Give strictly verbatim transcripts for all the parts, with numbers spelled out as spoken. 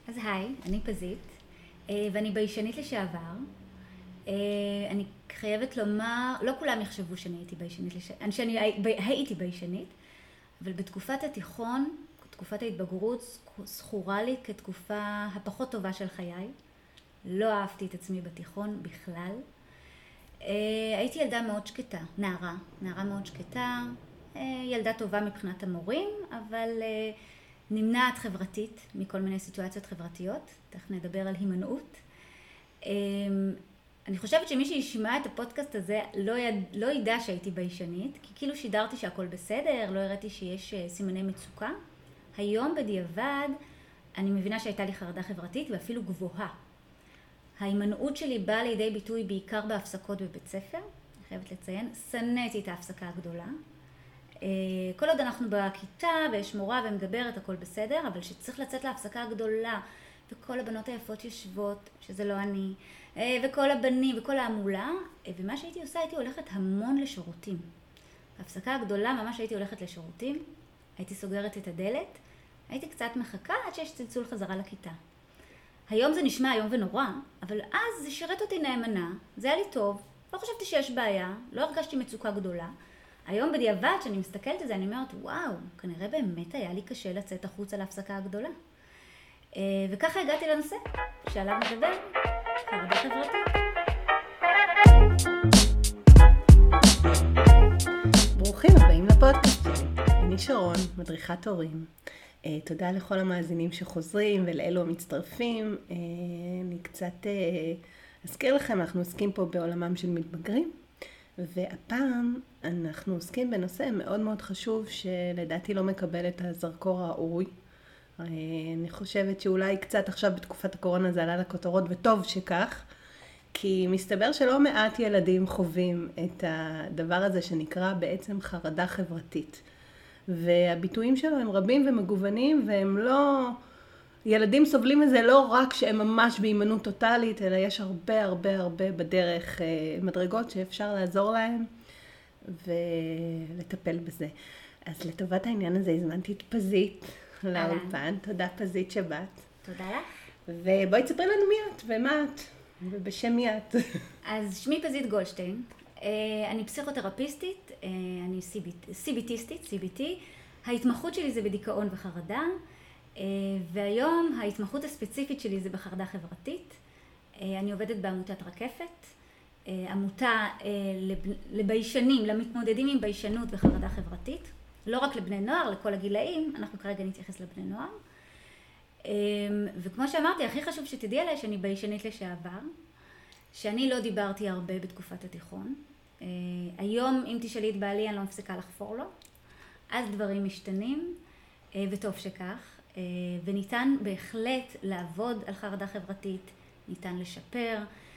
אז היי, אני פזית, ואני ביישנית לשעבר. אני חייבת לומר, לא כולם יחשבו שאני הייתי ביישנית לשעבר, שאני הייתי ביישנית, אבל בתקופת התיכון, תקופת ההתבגרות, זכורה לי כתקופה הפחות טובה של חיי. לא אהבתי את עצמי בתיכון בכלל. הייתי ילדה מאוד שקטה, נערה, נערה מאוד שקטה, ילדה טובה מבחינת המורים, אבל נמנעת חברתית מכל מיני סיטואציות חברתיות. תכף נדבר על הימנעות. אני חושבת שמי שישמע את הפודקאסט הזה לא, יד... לא ידע שהייתי ביישנית, כי כאילו שידרתי שהכל בסדר, לא הראיתי שיש סימני מצוקה. היום בדיעבד אני מבינה שהייתה לי חרדה חברתית ואפילו גבוהה. ההימנעות שלי באה לידי ביטוי בעיקר בהפסקות בבית ספר, אני חייבת לציין, שנאתי את ההפסקה הגדולה. כל עוד אנחנו בכיתה ויש מורה ומדברת הכל בסדר, אבל שצריך לצאת להפסקה הגדולה וכל הבנות היפות יושבות, שזה לא אני, וכל הבנים וכל העמולה, ומה שהייתי עושה, הייתי הולכת המון לשירותים. בהפסקה הגדולה ממש הייתי הולכת לשירותים, הייתי סוגרת את הדלת, הייתי קצת מחכה עד שיש צלצול חזרה לכיתה. היום זה נשמע היום ונורא, אבל אז זה שירת אותי נאמנה, זה היה לי טוב, לא חשבתי שיש בעיה, לא הרגשתי מצוקה גדולה. היום בדיעבד, כשאני מסתכלת על זה, אני אומרת, וואו, כנראה באמת היה לי קשה לצאת החוץ על ההפסקה הגדולה. וככה הגעתי לנושא, שעליו נדבר, חרדה חברתית. ברוכים הבאים לפודקאסט שלי. אני שרון, מדריכת הורים. תודה לכל המאזינים שחוזרים ולאלו המצטרפים. אני קצת אזכיר לכם, אנחנו עוסקים פה בעולמם של מתבגרים. והפעם אנחנו עוסקים בנושא מאוד מאוד חשוב שלדעתי לא מקבל את הזרקור הראוי. אני חושבת שאולי קצת עכשיו בתקופת הקורונה זה עלה לכותרות וטוב שכך, כי מסתבר שלא מעט ילדים חווים את הדבר הזה שנקרא בעצם חרדה חברתית. והביטויים שלו הם רבים ומגוונים והם לא... ילדים סובלים מזה לא רק שהם ממש בהימנעות טוטלית, אלא יש הרבה הרבה הרבה בדרך מדרגות שאפשר לעזור להם ולטפל בזה. אז לטובת העניין הזה הזמנתי את פזית לאולפן. תודה פזית שבאת. תודה לך. ובואי תספרי לנו מי את ומה את ובשם מי את. אז שמי פזית גולדשטיין, אני פסיכותרפיסטית, אני סיביטיסטית, סי בי טי. ההתמחות שלי זה בדיכאון וחרדה. והיום ההתמחות הספציפית שלי זה בחרדה חברתית. אני עובדת בעמותת רקפת, עמותה לביישנים, למתמודדים עם ביישנות וחרדה חברתית. לא רק לבני נוער, לכל הגילאים, אנחנו כרגע נתייחס לבני נוער. וכמו שאמרתי, הכי חשוב שתדעי עליי שאני ביישנית לשעבר, שאני לא דיברתי הרבה בתקופת התיכון. היום אם תשאלי את בעלי אני לא מפסיקה לחפור לו, אז דברים משתנים וטוב שכך. וניתן בהחלט לעבוד על חרדה חברתית, ניתן לשפר.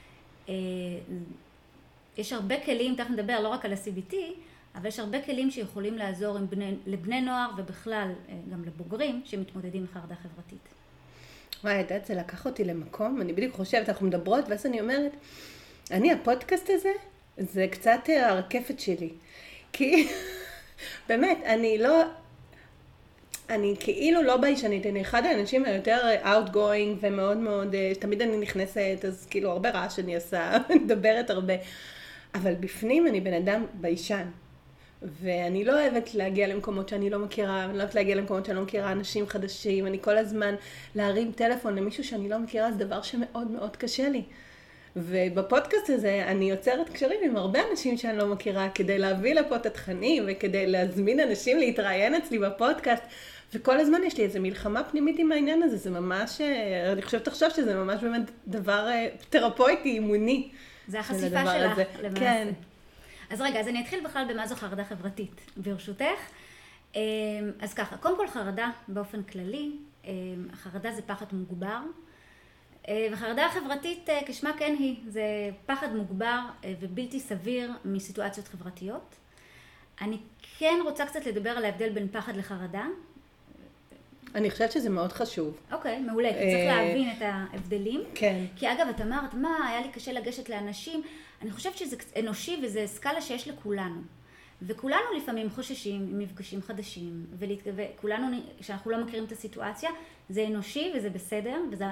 יש הרבה כלים, תכף נדבר לא רק על ה-סי בי טי, אבל יש הרבה כלים שיכולים לעזור עם בני, לבני נוער ובכלל גם לבוגרים שמתמודדים עם חרדה חברתית. וואי, יודעת, זה לקח אותי למקום, אני בדיוק חושבת, אנחנו מדברות, ואז אני אומרת, אני הפודקאסט הזה, זה קצת הרקפת שלי. כי באמת, אני לא... אני כאילו לא ביישנית, אני אחד האנשים היותר outgoing ומאוד מאוד, תמיד אני נכנסת, אז כאילו הרבה רעש אני עושה, מדברת הרבה. אבל בפנים אני בן אדם ביישן. ואני לא אוהבת להגיע למקומות שאני לא מכירה, אני לא אוהבת להגיע למקומות שאני לא מכירה אנשים חדשים, אני כל הזמן להרים טלפון למישהו שאני לא מכירה, זה דבר שמאוד מאוד קשה לי. ובפודקאסט הזה אני יוצרת קשרים עם הרבה אנשים שאני לא מכירה, כדי להביא לפה את התכנים וכדי להזמין אנשים להתראיין אצלי בפודקאסט. וכל הזמן יש לי איזו מלחמה פנימית עם העניין הזה, זה ממש, אני חושבת עכשיו שזה ממש באמת דבר תרפויטי, אימוני. זה החשיפה שלך למעשה. כן. אז רגע, אז אני אתחיל בכלל במה זו חרדה חברתית, ברשותך. אז ככה, קודם כל חרדה באופן כללי, חרדה זה פחד מוגבר, וחרדה חברתית כשמה כן היא, זה פחד מוגבר ובלתי סביר מסיטואציות חברתיות. אני כן רוצה קצת לדבר על ההבדל בין פחד לחרדה. אני חושבת שזה מאוד חשוב. אוקיי, מעולה, כי צריך להבין את ההבדלים. כן. כי אגב, את אמרת, מה, היה לי קשה לגשת לאנשים, אני חושבת שזה אנושי וזה סקאלה שיש לכולנו. וכולנו לפעמים חוששים ממפגשים חדשים, וכולנו, כשאנחנו לא מכירים את הסיטואציה, זה אנושי וזה בסדר, וזה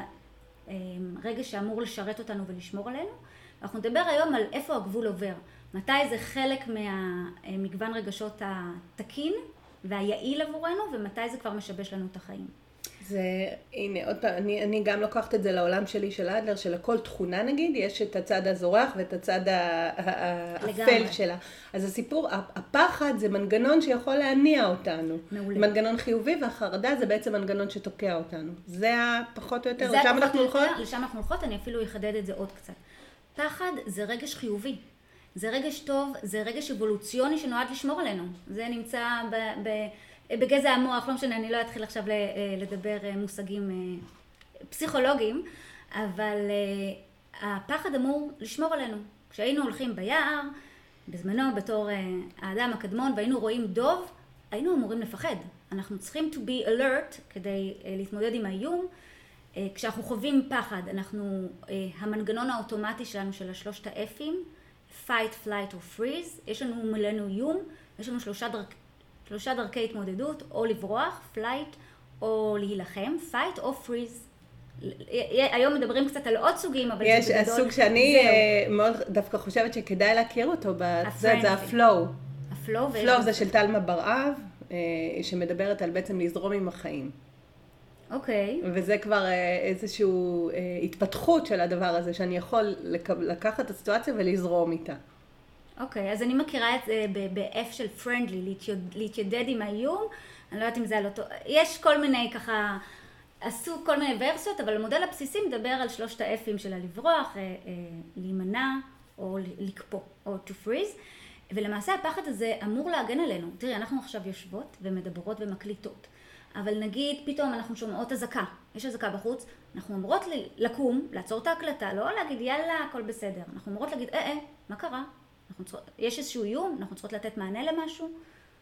רגע שאמור לשרת אותנו ולשמור עלינו. אנחנו נדבר היום על איפה הגבול עובר, מתי זה חלק מהמגוון רגשות התקין והיעיל עבורנו, ומתי זה כבר משבש לנו את החיים. זה, הנה, עוד פעם, אני, אני גם לוקחת את זה לעולם שלי של אדלר, שלכל תכונה נגיד, יש את הצד הזורח ואת הצד האפל שלה. אז הסיפור, הפחד זה מנגנון שיכול להניע אותנו. מעולה. מנגנון חיובי, והחרדה זה בעצם מנגנון שתוקע אותנו. זה הפחות או יותר, לשם אנחנו הולכות? לשם אנחנו הולכות, אני אפילו אחדד את זה עוד קצת. פחד זה רגש חיובי. זה רגש טוב, זה רגש אבולוציוני שנועד לשמור עלינו. זה נמצא ב... ב בגזע המוח, לא משנה, אני לא אתחיל עכשיו לדבר מושגים פסיכולוגיים, אבל הפחד אמור לשמור עלינו. כשהיינו הולכים ביער, בזמנו בתור האדם הקדמון, והיינו רואים דוב, היינו אמורים לפחד. אנחנו צריכים to be alert כדי להתמודד עם האיום. כשאנחנו חווים פחד, אנחנו, המנגנון האוטומטי שלנו של השלושת האפים, fight, flight or freeze, יש לנו מולנו איום, יש לנו שלושה דרכים, שלושה דרכי התמודדות, או לברוח, פלייט, או להילחם, פייט או פריז. היום מדברים קצת על עוד סוגים, אבל יש זה בגדול. יש הסוג שאני מאוד דווקא חושבת שכדאי להכיר אותו, זה, זה הפלואו. הפלואו. הפלואו זה של תלמה בר-אב, שמדברת על בעצם לזרום עם החיים. אוקיי. וזה כבר איזושהי התפתחות של הדבר הזה, שאני יכול לקחת את הסיטואציה ולזרום איתה. אוקיי, אז אני מכירה את זה ב-F של friendly, להתיידד עם האיום, אני לא יודעת אם זה על אותו, יש כל מיני ככה, עשו כל מיני ורסיות, אבל המודל הבסיסי מדבר על שלושת ה-F'ים של הלברוח, להימנע או לקפוא, או to freeze, ולמעשה הפחד הזה אמור להגן עלינו. תראי, אנחנו עכשיו יושבות ומדברות ומקליטות, אבל נגיד פתאום אנחנו שומעות אזעקה, יש אזעקה בחוץ, אנחנו אמורות לקום, לעצור את ההקלטה, לא להגיד יאללה, הכל בסדר, אנחנו אמורות להגיד, אה, אה, מה קרה? צריכות, יש איזשהו איום, אנחנו צריכות לתת מענה למשהו.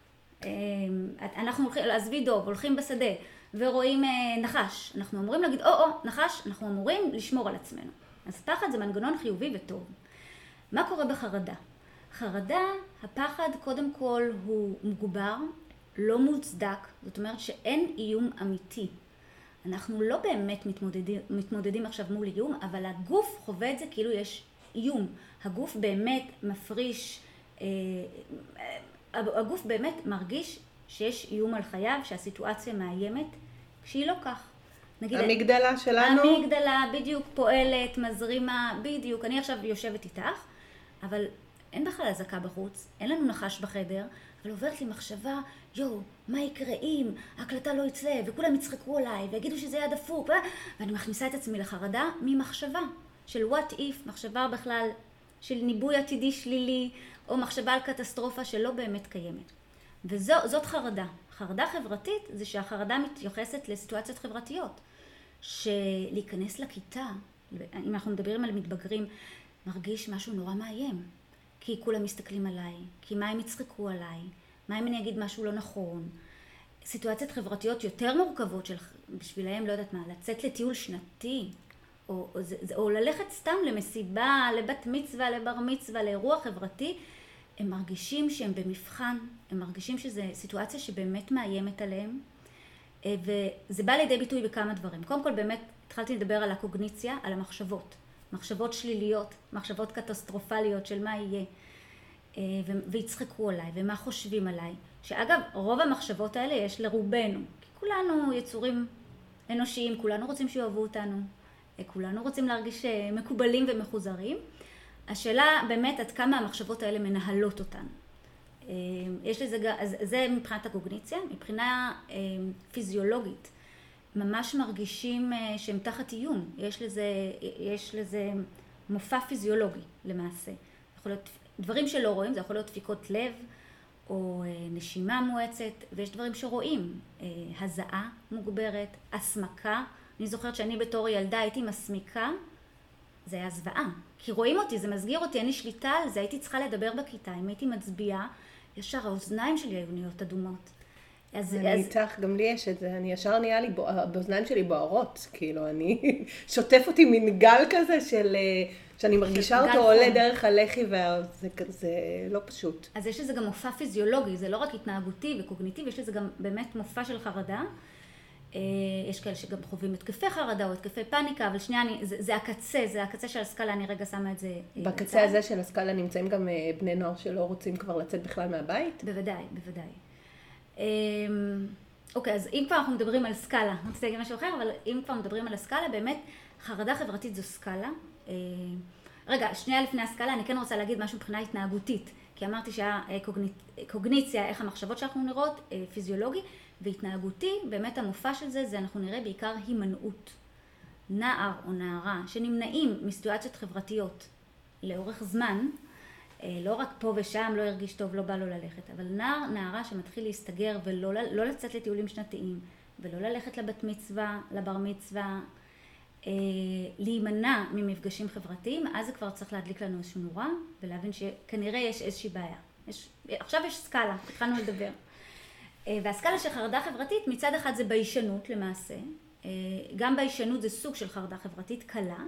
אנחנו הולכים, עזבי דוב, הולכים בשדה ורואים נחש. אנחנו אמורים להגיד, או, או, נחש, אנחנו אמורים לשמור על עצמנו. אז פחד זה מנגנון חיובי וטוב. מה קורה בחרדה? חרדה, הפחד קודם כל הוא מוגבר, לא מוצדק, זאת אומרת שאין איום אמיתי. אנחנו לא באמת מתמודדים, מתמודדים עכשיו מול איום, אבל הגוף חווה את זה כאילו יש איום. הגוף באמת מפריש, הגוף באמת מרגיש שיש איום על חייו, שהסיטואציה מאיימת, כשהיא לא כך. נגיד, המגדלה שלנו? המגדלה בדיוק פועלת, מזרימה, בדיוק. אני עכשיו יושבת איתך, אבל אין בכלל אזעקה בחוץ, אין לנו נחש בחדר, אבל עוברת לי מחשבה, יו, מה יקרה אם ההקלטה לא יצא, וכולם יצחקו עליי, ויגידו שזה היה דפוק, ואני מכניסה את עצמי לחרדה ממחשבה. של what if, מחשבה בכלל של ניבוי עתידי שלילי, או מחשבה על קטסטרופה שלא באמת קיימת. וזאת חרדה. חרדה חברתית זה שהחרדה מתייחסת לסיטואציות חברתיות. שלהיכנס לכיתה, אם אנחנו מדברים על מתבגרים, מרגיש משהו נורא מאיים. כי כולם מסתכלים עליי, כי מה הם יצחקו עליי, מה אם אני אגיד משהו לא נכון. סיטואציות חברתיות יותר מורכבות של, בשבילהם, לא יודעת מה, לצאת לטיול שנתי, או, או, או ללכת סתם למסיבה, לבת מצווה, לבר מצווה, לאירוע חברתי, הם מרגישים שהם במבחן, הם מרגישים שזו סיטואציה שבאמת מאיימת עליהם, וזה בא לידי ביטוי בכמה דברים. קודם כל באמת התחלתי לדבר על הקוגניציה, על המחשבות, מחשבות שליליות, מחשבות קטסטרופליות של מה יהיה, ויצחקו עליי, ומה חושבים עליי, שאגב רוב המחשבות האלה יש לרובנו, כי כולנו יצורים אנושיים, כולנו רוצים שיאהבו אותנו, כולנו רוצים להרגיש מקובלים ומחוזרים. השאלה באמת עד כמה המחשבות האלה מנהלות אותן. יש לזה, אז זה מבחינת הקוגניציה, מבחינה פיזיולוגית, ממש מרגישים שהם תחת איום. יש לזה, יש לזה מופע פיזיולוגי למעשה. יכול להיות דברים שלא רואים, זה יכול להיות דפיקות לב או נשימה מואצת, ויש דברים שרואים, הזעה מוגברת, הסמקה. אני זוכרת שאני בתור ילדה הייתי מסמיקה, זה היה זוועה. כי רואים אותי, זה מסגיר אותי, אין לי שליטה על זה, הייתי צריכה לדבר בכיתה, אם הייתי מצביעה, ישר האוזניים שלי היו נהיות אדומות. אז, אני אז... איתך, גם לי יש את זה, אני ישר נהיה לי, באוזניים שלי בוערות, כאילו, אני שוטף אותי מין גל כזה של, שאני מרגישה אותו עולה דרך הלחי, וזה זה לא פשוט. אז יש לזה גם מופע פיזיולוגי, זה לא רק התנהגותי וקוגניטיבי, יש לזה גם באמת מופע של חרדה. יש כאלה שגם חווים התקפי חרדה או התקפי פאניקה, אבל שנייה, אני, זה, זה הקצה, זה הקצה של הסקאלה, אני רגע שמה את זה בקצה בצד. הזה של הסקאלה נמצאים גם בני נוער שלא רוצים כבר לצאת בכלל מהבית? בוודאי, בוודאי. אוקיי, אז אם כבר אנחנו מדברים על סקאלה, אני רוצה להגיד משהו אחר, אבל אם כבר מדברים על הסקאלה, באמת חרדה חברתית זו סקאלה. רגע, שנייה לפני הסקאלה, אני כן רוצה להגיד משהו מבחינה התנהגותית, כי אמרתי שהקוגניציה, איך המחשבות שאנחנו נראות, פיזיולוגי, והתנהגותי, באמת המופע של זה, זה אנחנו נראה בעיקר הימנעות. נער או נערה שנמנעים מסיטואציות חברתיות לאורך זמן, לא רק פה ושם, לא הרגיש טוב, לא בא לו ללכת, אבל נער, נערה שמתחיל להסתגר ולא לא לצאת לטיולים שנתיים, ולא ללכת לבת מצווה, לבר מצווה, להימנע ממפגשים חברתיים, אז זה כבר צריך להדליק לנו איזשהו נורה, ולהבין שכנראה יש איזושהי בעיה. יש, עכשיו יש סקאלה, התחלנו לדבר. והסקאלה של חרדה חברתית, מצד אחד זה ביישנות למעשה, גם ביישנות זה סוג של חרדה חברתית קלה,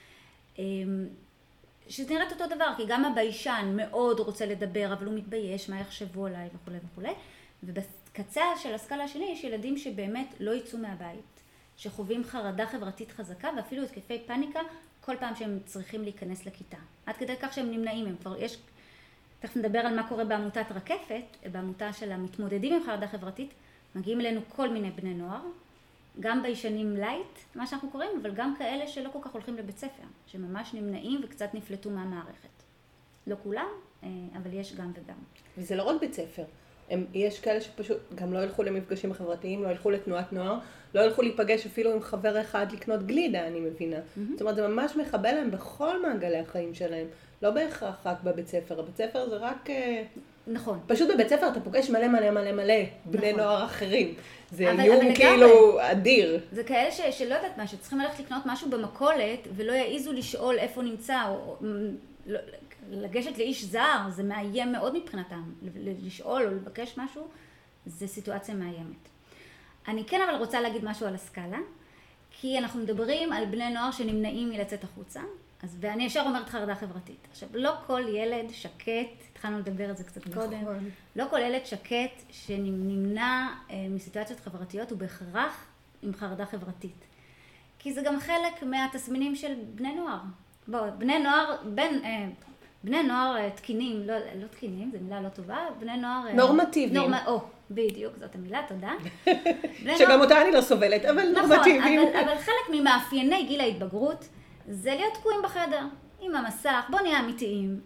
שזה נראית אותו דבר, כי גם הביישן מאוד רוצה לדבר, אבל הוא מתבייש, מה יחשבו עליי וכו' וכו'. ובקצה של הסקאלה השני יש ילדים שבאמת לא יצאו מהבית, שחווים חרדה חברתית חזקה, ואפילו התקפי פאניקה כל פעם שהם צריכים להיכנס לכיתה. עד כדי כך שהם נמנעים, הם כבר יש... תכף נדבר על מה קורה בעמותת רקפת, בעמותה של המתמודדים עם חרדה חברתית, מגיעים אלינו כל מיני בני נוער, גם ביישנים לייט, מה שאנחנו קוראים, אבל גם כאלה שלא כל כך הולכים לבית ספר, שממש נמנעים וקצת נפלטו מהמערכת. לא כולם, אבל יש גם וגם. וזה לא רק בית ספר. הם, יש כאלה שפשוט גם לא ילכו למפגשים חברתיים, לא ילכו לתנועת נוער, לא ילכו להיפגש אפילו עם חבר אחד לקנות גלידה, אני מבינה. Mm-hmm. זאת אומרת, זה ממש מחבל להם בכל מעגלי החיים שלהם. לא בהכרח רק בבית ספר. הבית ספר זה רק... נכון. פשוט בבית ספר אתה פוגש מלא מלא מלא מלא בני נכון. נוער אחרים. זה איום כאילו אדיר. זה כאלה ש, שלא יודעת מה, שצריכים ללכת לקנות משהו במכולת, ולא יעיזו לשאול איפה נמצא, או לא, לגשת לאיש זר, זה מאיים מאוד מבחינתם. לשאול או לבקש משהו, זה סיטואציה מאיימת. אני כן אבל רוצה להגיד משהו על הסקאלה, כי אנחנו מדברים על בני נוער שנמנעים מלצאת החוצה, אז, ואני ישר אומרת חרדה חברתית. עכשיו, לא כל ילד שקט, התחלנו לדבר על זה קצת נכון. קודם, לא כל ילד שקט שנמנע אה, מסיטואציות חברתיות הוא בהכרח עם חרדה חברתית. כי זה גם חלק מהתסמינים של בני נוער. בוא, בני נוער, בן, אה, בני נוער אה, תקינים, לא, לא תקינים, זו מילה לא טובה, בני נוער... אה, נורמטיביים. נורמ... או, בדיוק, זאת המילה, תודה. שגם נוער... אותה אני לא סובלת, אבל נכון, נורמטיביים. אבל, אבל חלק ממאפייני גיל ההתבגרות, זה להיות תקועים בחדר, עם המסך, בוא נהיה אמיתיים.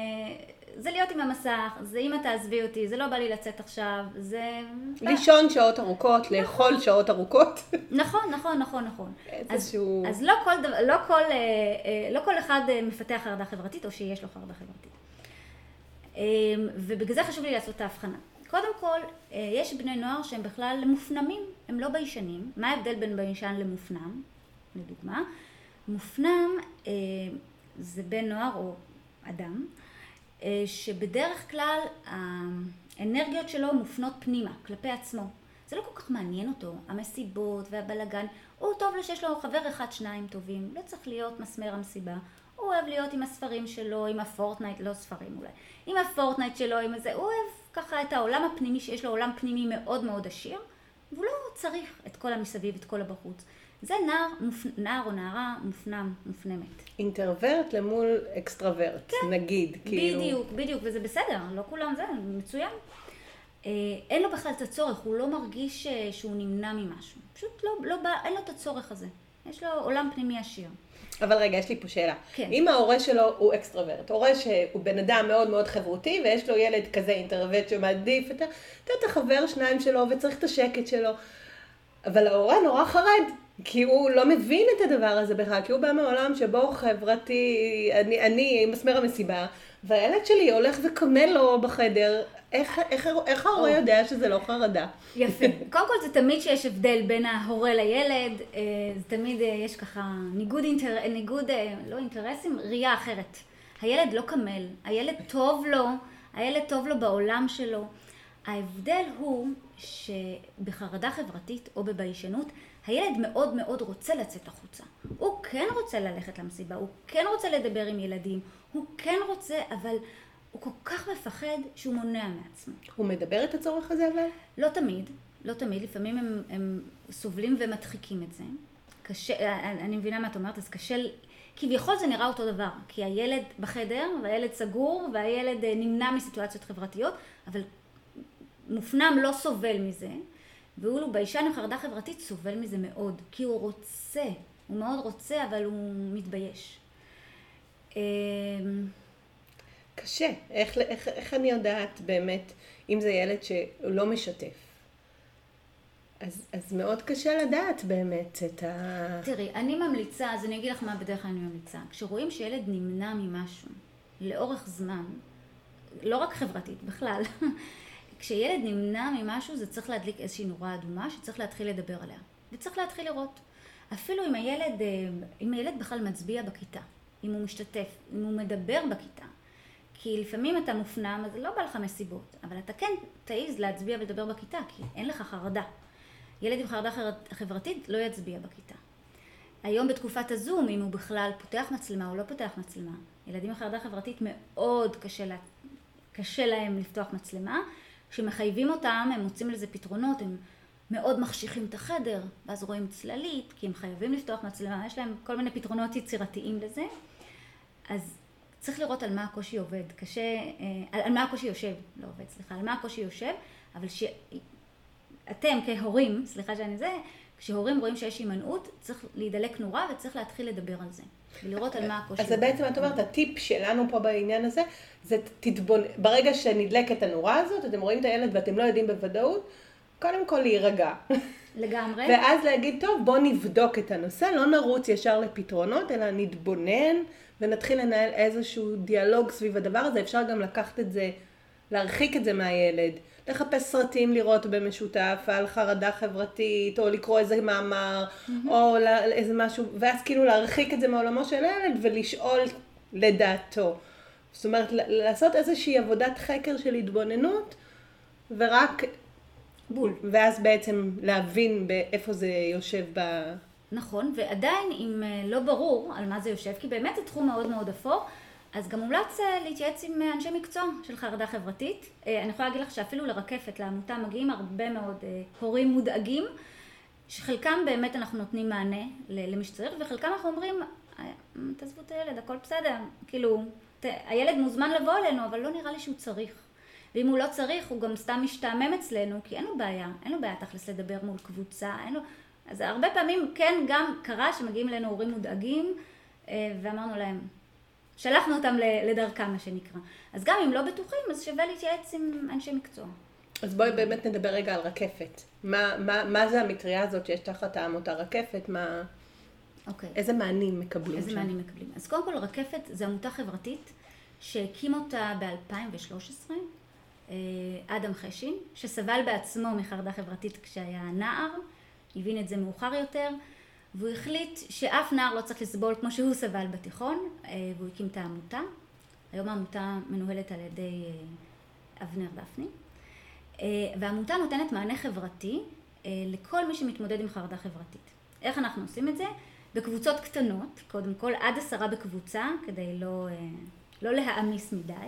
זה להיות עם המסך, זה אם אתה עזבי אותי, זה לא בא לי לצאת עכשיו, זה... לישון שעות ארוכות, לאכול שעות ארוכות. נכון, נכון, נכון, נכון. איזשהו... אז לא כל, לא כל, לא כל אחד מפתח חרדה חברתית, או שיש לו חרדה חברתית. ובגלל זה חשוב לי לעשות את ההבחנה. קודם כל, יש בני נוער שהם בכלל מופנמים, הם לא ביישנים. מה ההבדל בין ביישן למופנם, לדוגמה? מופנם אה, זה בן נוער או אדם, אה, שבדרך כלל האנרגיות שלו מופנות פנימה, כלפי עצמו. זה לא כל כך מעניין אותו, המסיבות והבלגן. הוא טוב לו שיש לו חבר אחד, שניים טובים, לא צריך להיות מסמר המסיבה. הוא אוהב להיות עם הספרים שלו, עם הפורטנייט, לא ספרים אולי, עם הפורטנייט שלו, עם זה, הוא אוהב ככה את העולם הפנימי, שיש לו עולם פנימי מאוד מאוד עשיר, והוא לא צריך את כל המסביב, את כל הבחוץ. זה נער, מופ... נער או נערה מופנם, מופנמת. אינטרוורט למול אקסטרוורט, כן. נגיד. כאילו... בדיוק, בדיוק, וזה בסדר, לא כולם זה, מצוין. אה, אין לו בכלל את הצורך, הוא לא מרגיש שהוא נמנע ממשהו. פשוט לא, לא בא, אין לו את הצורך הזה. יש לו עולם פנימי עשיר. אבל רגע, יש לי פה שאלה. כן. אם ההורה שלו הוא אקסטרוורט, הורה שהוא בן אדם מאוד מאוד חברותי, ויש לו ילד כזה אינטרוורט שמעדיף את, את החבר שניים שלו וצריך את השקט שלו, אבל ההורה נורא חרד. כי הוא לא מבין את הדבר הזה בכלל, כי הוא בא מעולם שבו חברתי, אני, אני מסמר המסיבה, והילד שלי הולך וקמל לו בחדר, איך, איך, איך ההורה יודע שזה לא חרדה? יפה. קודם כל זה תמיד שיש הבדל בין ההורה לילד, זה תמיד יש ככה ניגוד, אינטר, ניגוד לא אינטרסים, ראייה אחרת. הילד לא קמל, הילד טוב לו, הילד טוב לו בעולם שלו. ההבדל הוא שבחרדה חברתית או בביישנות, הילד מאוד מאוד רוצה לצאת החוצה. הוא כן רוצה ללכת למסיבה, הוא כן רוצה לדבר עם ילדים, הוא כן רוצה, אבל הוא כל כך מפחד שהוא מונע מעצמו. הוא מדבר את הצורך הזה אבל? לא תמיד, לא תמיד, לפעמים הם, הם סובלים ומדחיקים את זה. קשה, אני מבינה מה את אומרת, אז קשה, כביכול זה נראה אותו דבר, כי הילד בחדר והילד סגור והילד נמנע מסיטואציות חברתיות, אבל מופנם לא סובל מזה, והוא ביישן עם חרדה חברתית סובל מזה מאוד, כי הוא רוצה, הוא מאוד רוצה, אבל הוא מתבייש. קשה. איך, איך, איך אני יודעת באמת אם זה ילד שהוא לא משתף? אז, אז מאוד קשה לדעת באמת את ה... תראי, אני ממליצה, אז אני אגיד לך מה בדרך כלל אני ממליצה. כשרואים שילד נמנע ממשהו לאורך זמן, לא רק חברתית, בכלל, כשילד נמנע ממשהו זה צריך להדליק איזושהי נורה אדומה שצריך להתחיל לדבר עליה. וצריך להתחיל לראות. אפילו אם הילד, אם הילד בכלל מצביע בכיתה, אם הוא משתתף, אם הוא מדבר בכיתה. כי לפעמים אתה מופנם, אז לא בא לך מסיבות, אבל אתה כן תעיז להצביע ולדבר בכיתה, כי אין לך חרדה. ילד עם חרדה חברתית לא יצביע בכיתה. היום בתקופת הזום, אם הוא בכלל פותח מצלמה או לא פותח מצלמה, ילדים עם חרדה חברתית מאוד קשה, לה, קשה להם לפתוח מצלמה. כשמחייבים אותם, הם מוצאים לזה פתרונות, הם מאוד מחשיכים את החדר, ואז רואים צללית, כי הם חייבים לפתוח מצלמה, יש להם כל מיני פתרונות יצירתיים לזה. אז צריך לראות על מה הקושי עובד, קשה, על, על מה הקושי יושב, לא עובד, סליחה, על מה הקושי יושב, אבל שאתם כהורים, סליחה שאני זה, כשהורים רואים שיש הימנעות, צריך להידלק נורה וצריך להתחיל לדבר על זה, ולראות על מה הקושי אז עובד. אז בעצם את אומרת, הטיפ שלנו פה בעניין הזה, זה תתבונ... ברגע שנדלק את הנורה הזאת, אתם רואים את הילד ואתם לא יודעים בוודאות, קודם כל להירגע. לגמרי. ואז להגיד, טוב, בוא נבדוק את הנושא, לא נרוץ ישר לפתרונות, אלא נתבונן ונתחיל לנהל איזשהו דיאלוג סביב הדבר הזה. אפשר גם לקחת את זה, להרחיק את זה מהילד, לחפש סרטים לראות במשותף על חרדה חברתית, או לקרוא איזה מאמר, mm-hmm. או איזה משהו, ואז כאילו להרחיק את זה מעולמו של הילד ולשאול לדעתו. זאת אומרת, לעשות איזושהי עבודת חקר של התבוננות, ורק בול. ואז בעצם להבין באיפה זה יושב ב... נכון, ועדיין אם לא ברור על מה זה יושב, כי באמת זה תחום מאוד מאוד אפור, אז גם מומלץ להתייעץ עם אנשי מקצוע של חרדה חברתית. אני יכולה להגיד לך שאפילו לרקפת, לעמותה, מגיעים הרבה מאוד הורים מודאגים, שחלקם באמת אנחנו נותנים מענה למי שצריך, וחלקם אנחנו אומרים, תעזבו את הילד, הכל בסדר. כאילו, הילד מוזמן לבוא אלינו, אבל לא נראה לי שהוא צריך. ואם הוא לא צריך, הוא גם סתם משתעמם אצלנו, כי אין לו בעיה, אין לו בעיה תכלס לדבר מול קבוצה, אין לו... אז הרבה פעמים כן גם קרה שמגיעים אלינו הורים מודאגים, ואמרנו להם, שלחנו אותם לדרכם, מה שנקרא. אז גם אם לא בטוחים, אז שווה להתייעץ עם אנשי מקצוע. אז בואי באמת נדבר רגע על רקפת. מה, מה, מה זה המטריה הזאת שיש תחת העמותה רקפת? מה... אוקיי. איזה מענים מקבלים איזה שם? מענים מקבלים? אז קודם כל, רקפת זה עמותה חברתית שהקים אותה ב-אלפיים ושלוש עשרה, אדם חשין, שסבל בעצמו מחרדה חברתית כשהיה נער, הבין את זה מאוחר יותר, והוא החליט שאף נער לא צריך לסבול כמו שהוא סבל בתיכון, והוא הקים את העמותה. היום העמותה מנוהלת על ידי אבנר דפני, והעמותה נותנת מענה חברתי לכל מי שמתמודד עם חרדה חברתית. איך אנחנו עושים את זה? בקבוצות קטנות, קודם כל עד עשרה בקבוצה, כדי לא, לא להעמיס מדי.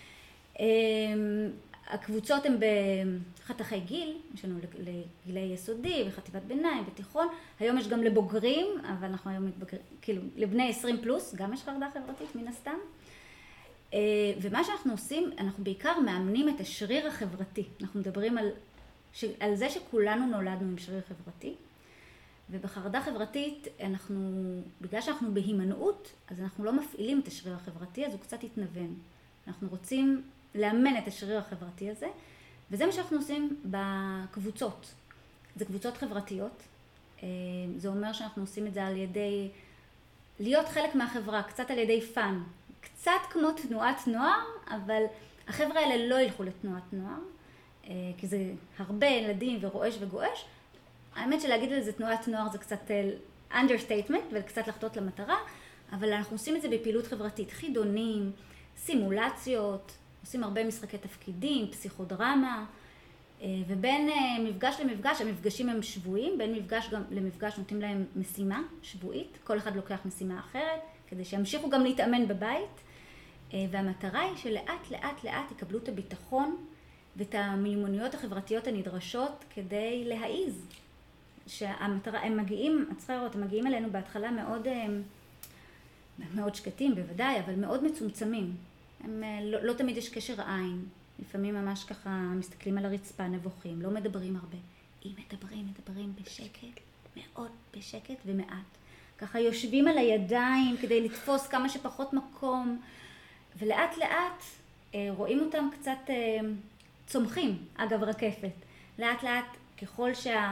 הקבוצות הן בחתכי גיל, יש לנו לגילי יסודי וחטיבת ביניים ותיכון. היום יש גם לבוגרים, אבל אנחנו היום מתבגרים, כאילו לבני עשרים פלוס, גם יש חרדה חברתית מן הסתם. ומה שאנחנו עושים, אנחנו בעיקר מאמנים את השריר החברתי. אנחנו מדברים על, על זה שכולנו נולדנו עם שריר חברתי. ובחרדה חברתית, אנחנו, בגלל שאנחנו בהימנעות, אז אנחנו לא מפעילים את השריר החברתי, אז הוא קצת יתנוון. אנחנו רוצים לאמן את השריר החברתי הזה, וזה מה שאנחנו עושים בקבוצות. זה קבוצות חברתיות. זה אומר שאנחנו עושים את זה על ידי להיות חלק מהחברה, קצת על ידי פן. קצת כמו תנועת נוער, אבל החבר'ה האלה לא ילכו לתנועת נוער, כי זה הרבה ילדים ורועש וגועש. האמת שלהגיד לזה תנועת נוער זה קצת understatement וקצת לחטות למטרה, אבל אנחנו עושים את זה בפעילות חברתית, חידונים, סימולציות, עושים הרבה משחקי תפקידים, פסיכודרמה, ובין מפגש למפגש, המפגשים הם שבועיים, בין מפגש גם למפגש נותנים להם משימה שבועית, כל אחד לוקח משימה אחרת, כדי שימשיכו גם להתאמן בבית, והמטרה היא שלאט לאט לאט יקבלו את הביטחון ואת המיומנויות החברתיות הנדרשות כדי להעיז. שהמטרה, הם מגיעים, את צריכה לראות, הם מגיעים אלינו בהתחלה מאוד, מאוד שקטים בוודאי, אבל מאוד מצומצמים. הם, לא, לא תמיד יש קשר עין. לפעמים ממש ככה מסתכלים על הרצפה, נבוכים, לא מדברים הרבה. אם מדברים, מדברים בשקט, מאוד בשקט ומעט. ככה יושבים על הידיים כדי לתפוס כמה שפחות מקום, ולאט לאט רואים אותם קצת צומחים, אגב רקפת. לאט לאט ככל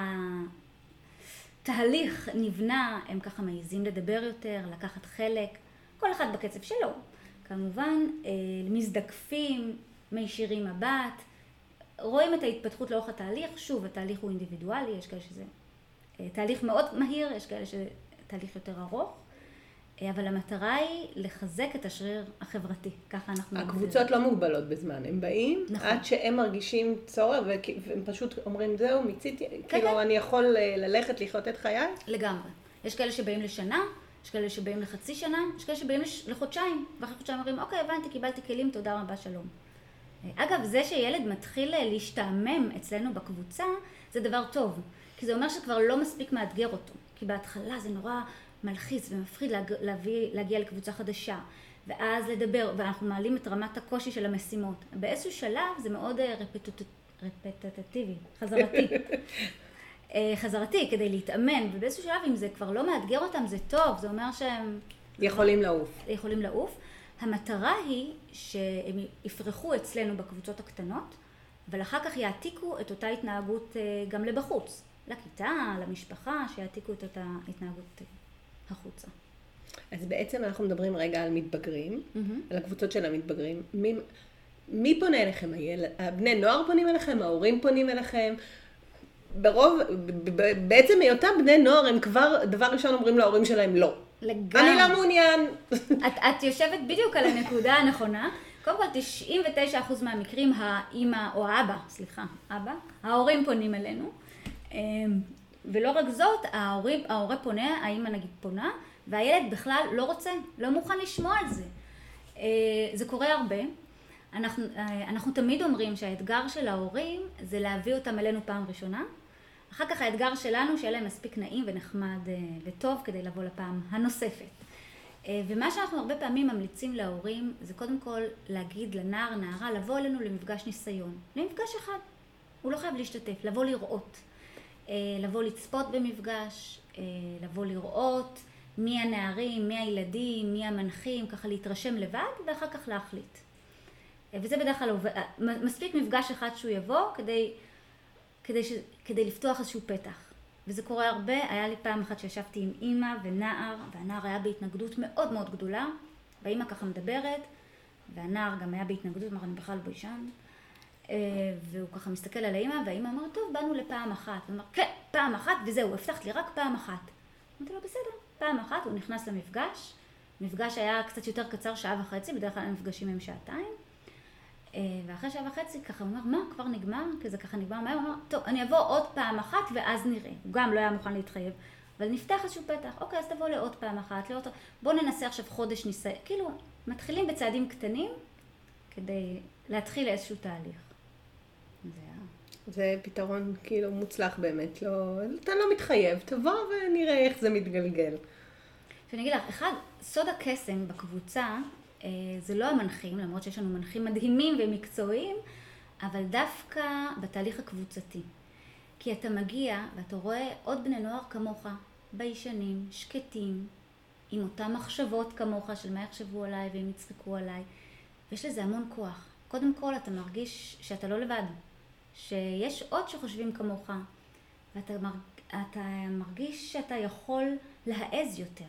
שהתהליך נבנה, הם ככה מעיזים לדבר יותר, לקחת חלק, כל אחד בקצב שלו. כמובן, מזדקפים, מישירים מבט, רואים את ההתפתחות לאורך התהליך. שוב, התהליך הוא אינדיבידואלי, יש כאלה שזה תהליך מאוד מהיר, יש כאלה שזה תהליך יותר ארוך, אבל המטרה היא לחזק את השריר החברתי, ככה אנחנו... הקבוצות לא מוגבלות בזמן, הם באים נכון. עד שהם מרגישים צורך, והם פשוט אומרים זהו, מיציתי, כן, כאילו כן. אני יכול ללכת לחיות את חיי? לגמרי. יש כאלה שבאים לשנה, יש כאלה שבאים לחצי שנה, יש כאלה שבאים לחודשיים, ואחרי חודשיים אומרים, אוקיי, הבנתי, קיבלתי כלים, תודה רבה, שלום. אגב, זה שילד מתחיל להשתעמם אצלנו בקבוצה, זה דבר טוב, כי זה אומר שכבר לא מספיק מאתגר אותו, כי בהתחלה זה נורא מלחיץ ומפחיד להביא, להגיע לקבוצה חדשה, ואז לדבר, ואנחנו מעלים את רמת הקושי של המשימות. באיזשהו שלב זה מאוד רפטט... רפטטיבי, חזרתי. חזרתי כדי להתאמן, ובאיזשהו שלב אם זה כבר לא מאתגר אותם, זה טוב, זה אומר שהם... יכולים לעוף. יכולים לעוף. המטרה היא שהם יפרחו אצלנו בקבוצות הקטנות, אבל אחר כך יעתיקו את אותה התנהגות גם לבחוץ, לכיתה, למשפחה, שיעתיקו את אותה התנהגות החוצה. אז בעצם אנחנו מדברים רגע על מתבגרים, mm-hmm. על הקבוצות של המתבגרים. מי, מי פונה אליכם? הבני נוער פונים אליכם? ההורים פונים אליכם? ברוב, בעצם היותם בני נוער הם כבר דבר ראשון אומרים להורים שלהם לא. לגמרי. אני לא מעוניין. את, את יושבת בדיוק על הנקודה הנכונה. קודם כל, תשעים ותשעה אחוז מהמקרים, האמא או האבא, סליחה, אבא, ההורים פונים אלינו. ולא רק זאת, ההורים, ההורה פונה, האמא נגיד פונה, והילד בכלל לא רוצה, לא מוכן לשמוע על זה. זה קורה הרבה. אנחנו, אנחנו תמיד אומרים שהאתגר של ההורים זה להביא אותם אלינו פעם ראשונה. אחר כך האתגר שלנו שיהיה להם מספיק נעים ונחמד וטוב כדי לבוא לפעם הנוספת. ומה שאנחנו הרבה פעמים ממליצים להורים זה קודם כל להגיד לנער, נערה, לבוא אלינו למפגש ניסיון. למפגש אחד. הוא לא חייב להשתתף, לבוא לראות. לבוא לצפות במפגש, לבוא לראות מי הנערים, מי הילדים, מי המנחים, ככה להתרשם לבד ואחר כך להחליט. וזה בדרך כלל מספיק מפגש אחד שהוא יבוא כדי, כדי, ש, כדי לפתוח איזשהו פתח. וזה קורה הרבה. היה לי פעם אחת שישבתי עם אמא ונער, והנער היה בהתנגדות מאוד מאוד גדולה, והאמא ככה מדברת, והנער גם היה בהתנגדות, אמר, אני בכלל ביישן, והוא ככה מסתכל על האמא, והאמא אמרה, טוב, באנו לפעם אחת. הוא אמר, כן, פעם אחת, וזהו, הבטחת לי רק פעם אחת. אמרתי לו, בסדר, פעם אחת, הוא נכנס למפגש, מפגש היה קצת יותר קצר, שעה וחצי, בדרך כלל המפגשים הם שעתיים, ואחרי שעה וחצי ככה הוא אומר, מה, כבר נגמר? כי זה ככה נגמר מהר, הוא אומר, טוב, אני אבוא עוד פעם אחת ואז נראה. הוא גם לא היה מוכן להתחייב, אבל נפתח איזשהו פתח, אוקיי, אז תבוא לעוד פעם אחת, לעוד... בוא ננסה עכשיו חודש ניסיון, כאילו, מתחילים בצעדים קטנים כדי להתחיל איזשהו תהליך. זה, זה פתרון כאילו מוצלח באמת, לא, אתה לא מתחייב, תבוא ונראה איך זה מתגלגל. שאני אגיד לך, אחד, סוד הקסם בקבוצה, זה לא המנחים, למרות שיש לנו מנחים מדהימים ומקצועיים, אבל דווקא בתהליך הקבוצתי. כי אתה מגיע ואתה רואה עוד בני נוער כמוך, ביישנים, שקטים, עם אותם מחשבות כמוך של מה יחשבו עליי והם יצחקו עליי, ויש לזה המון כוח. קודם כל אתה מרגיש שאתה לא לבד, שיש עוד שחושבים כמוך, ואתה מרג... אתה מרגיש שאתה יכול להעז יותר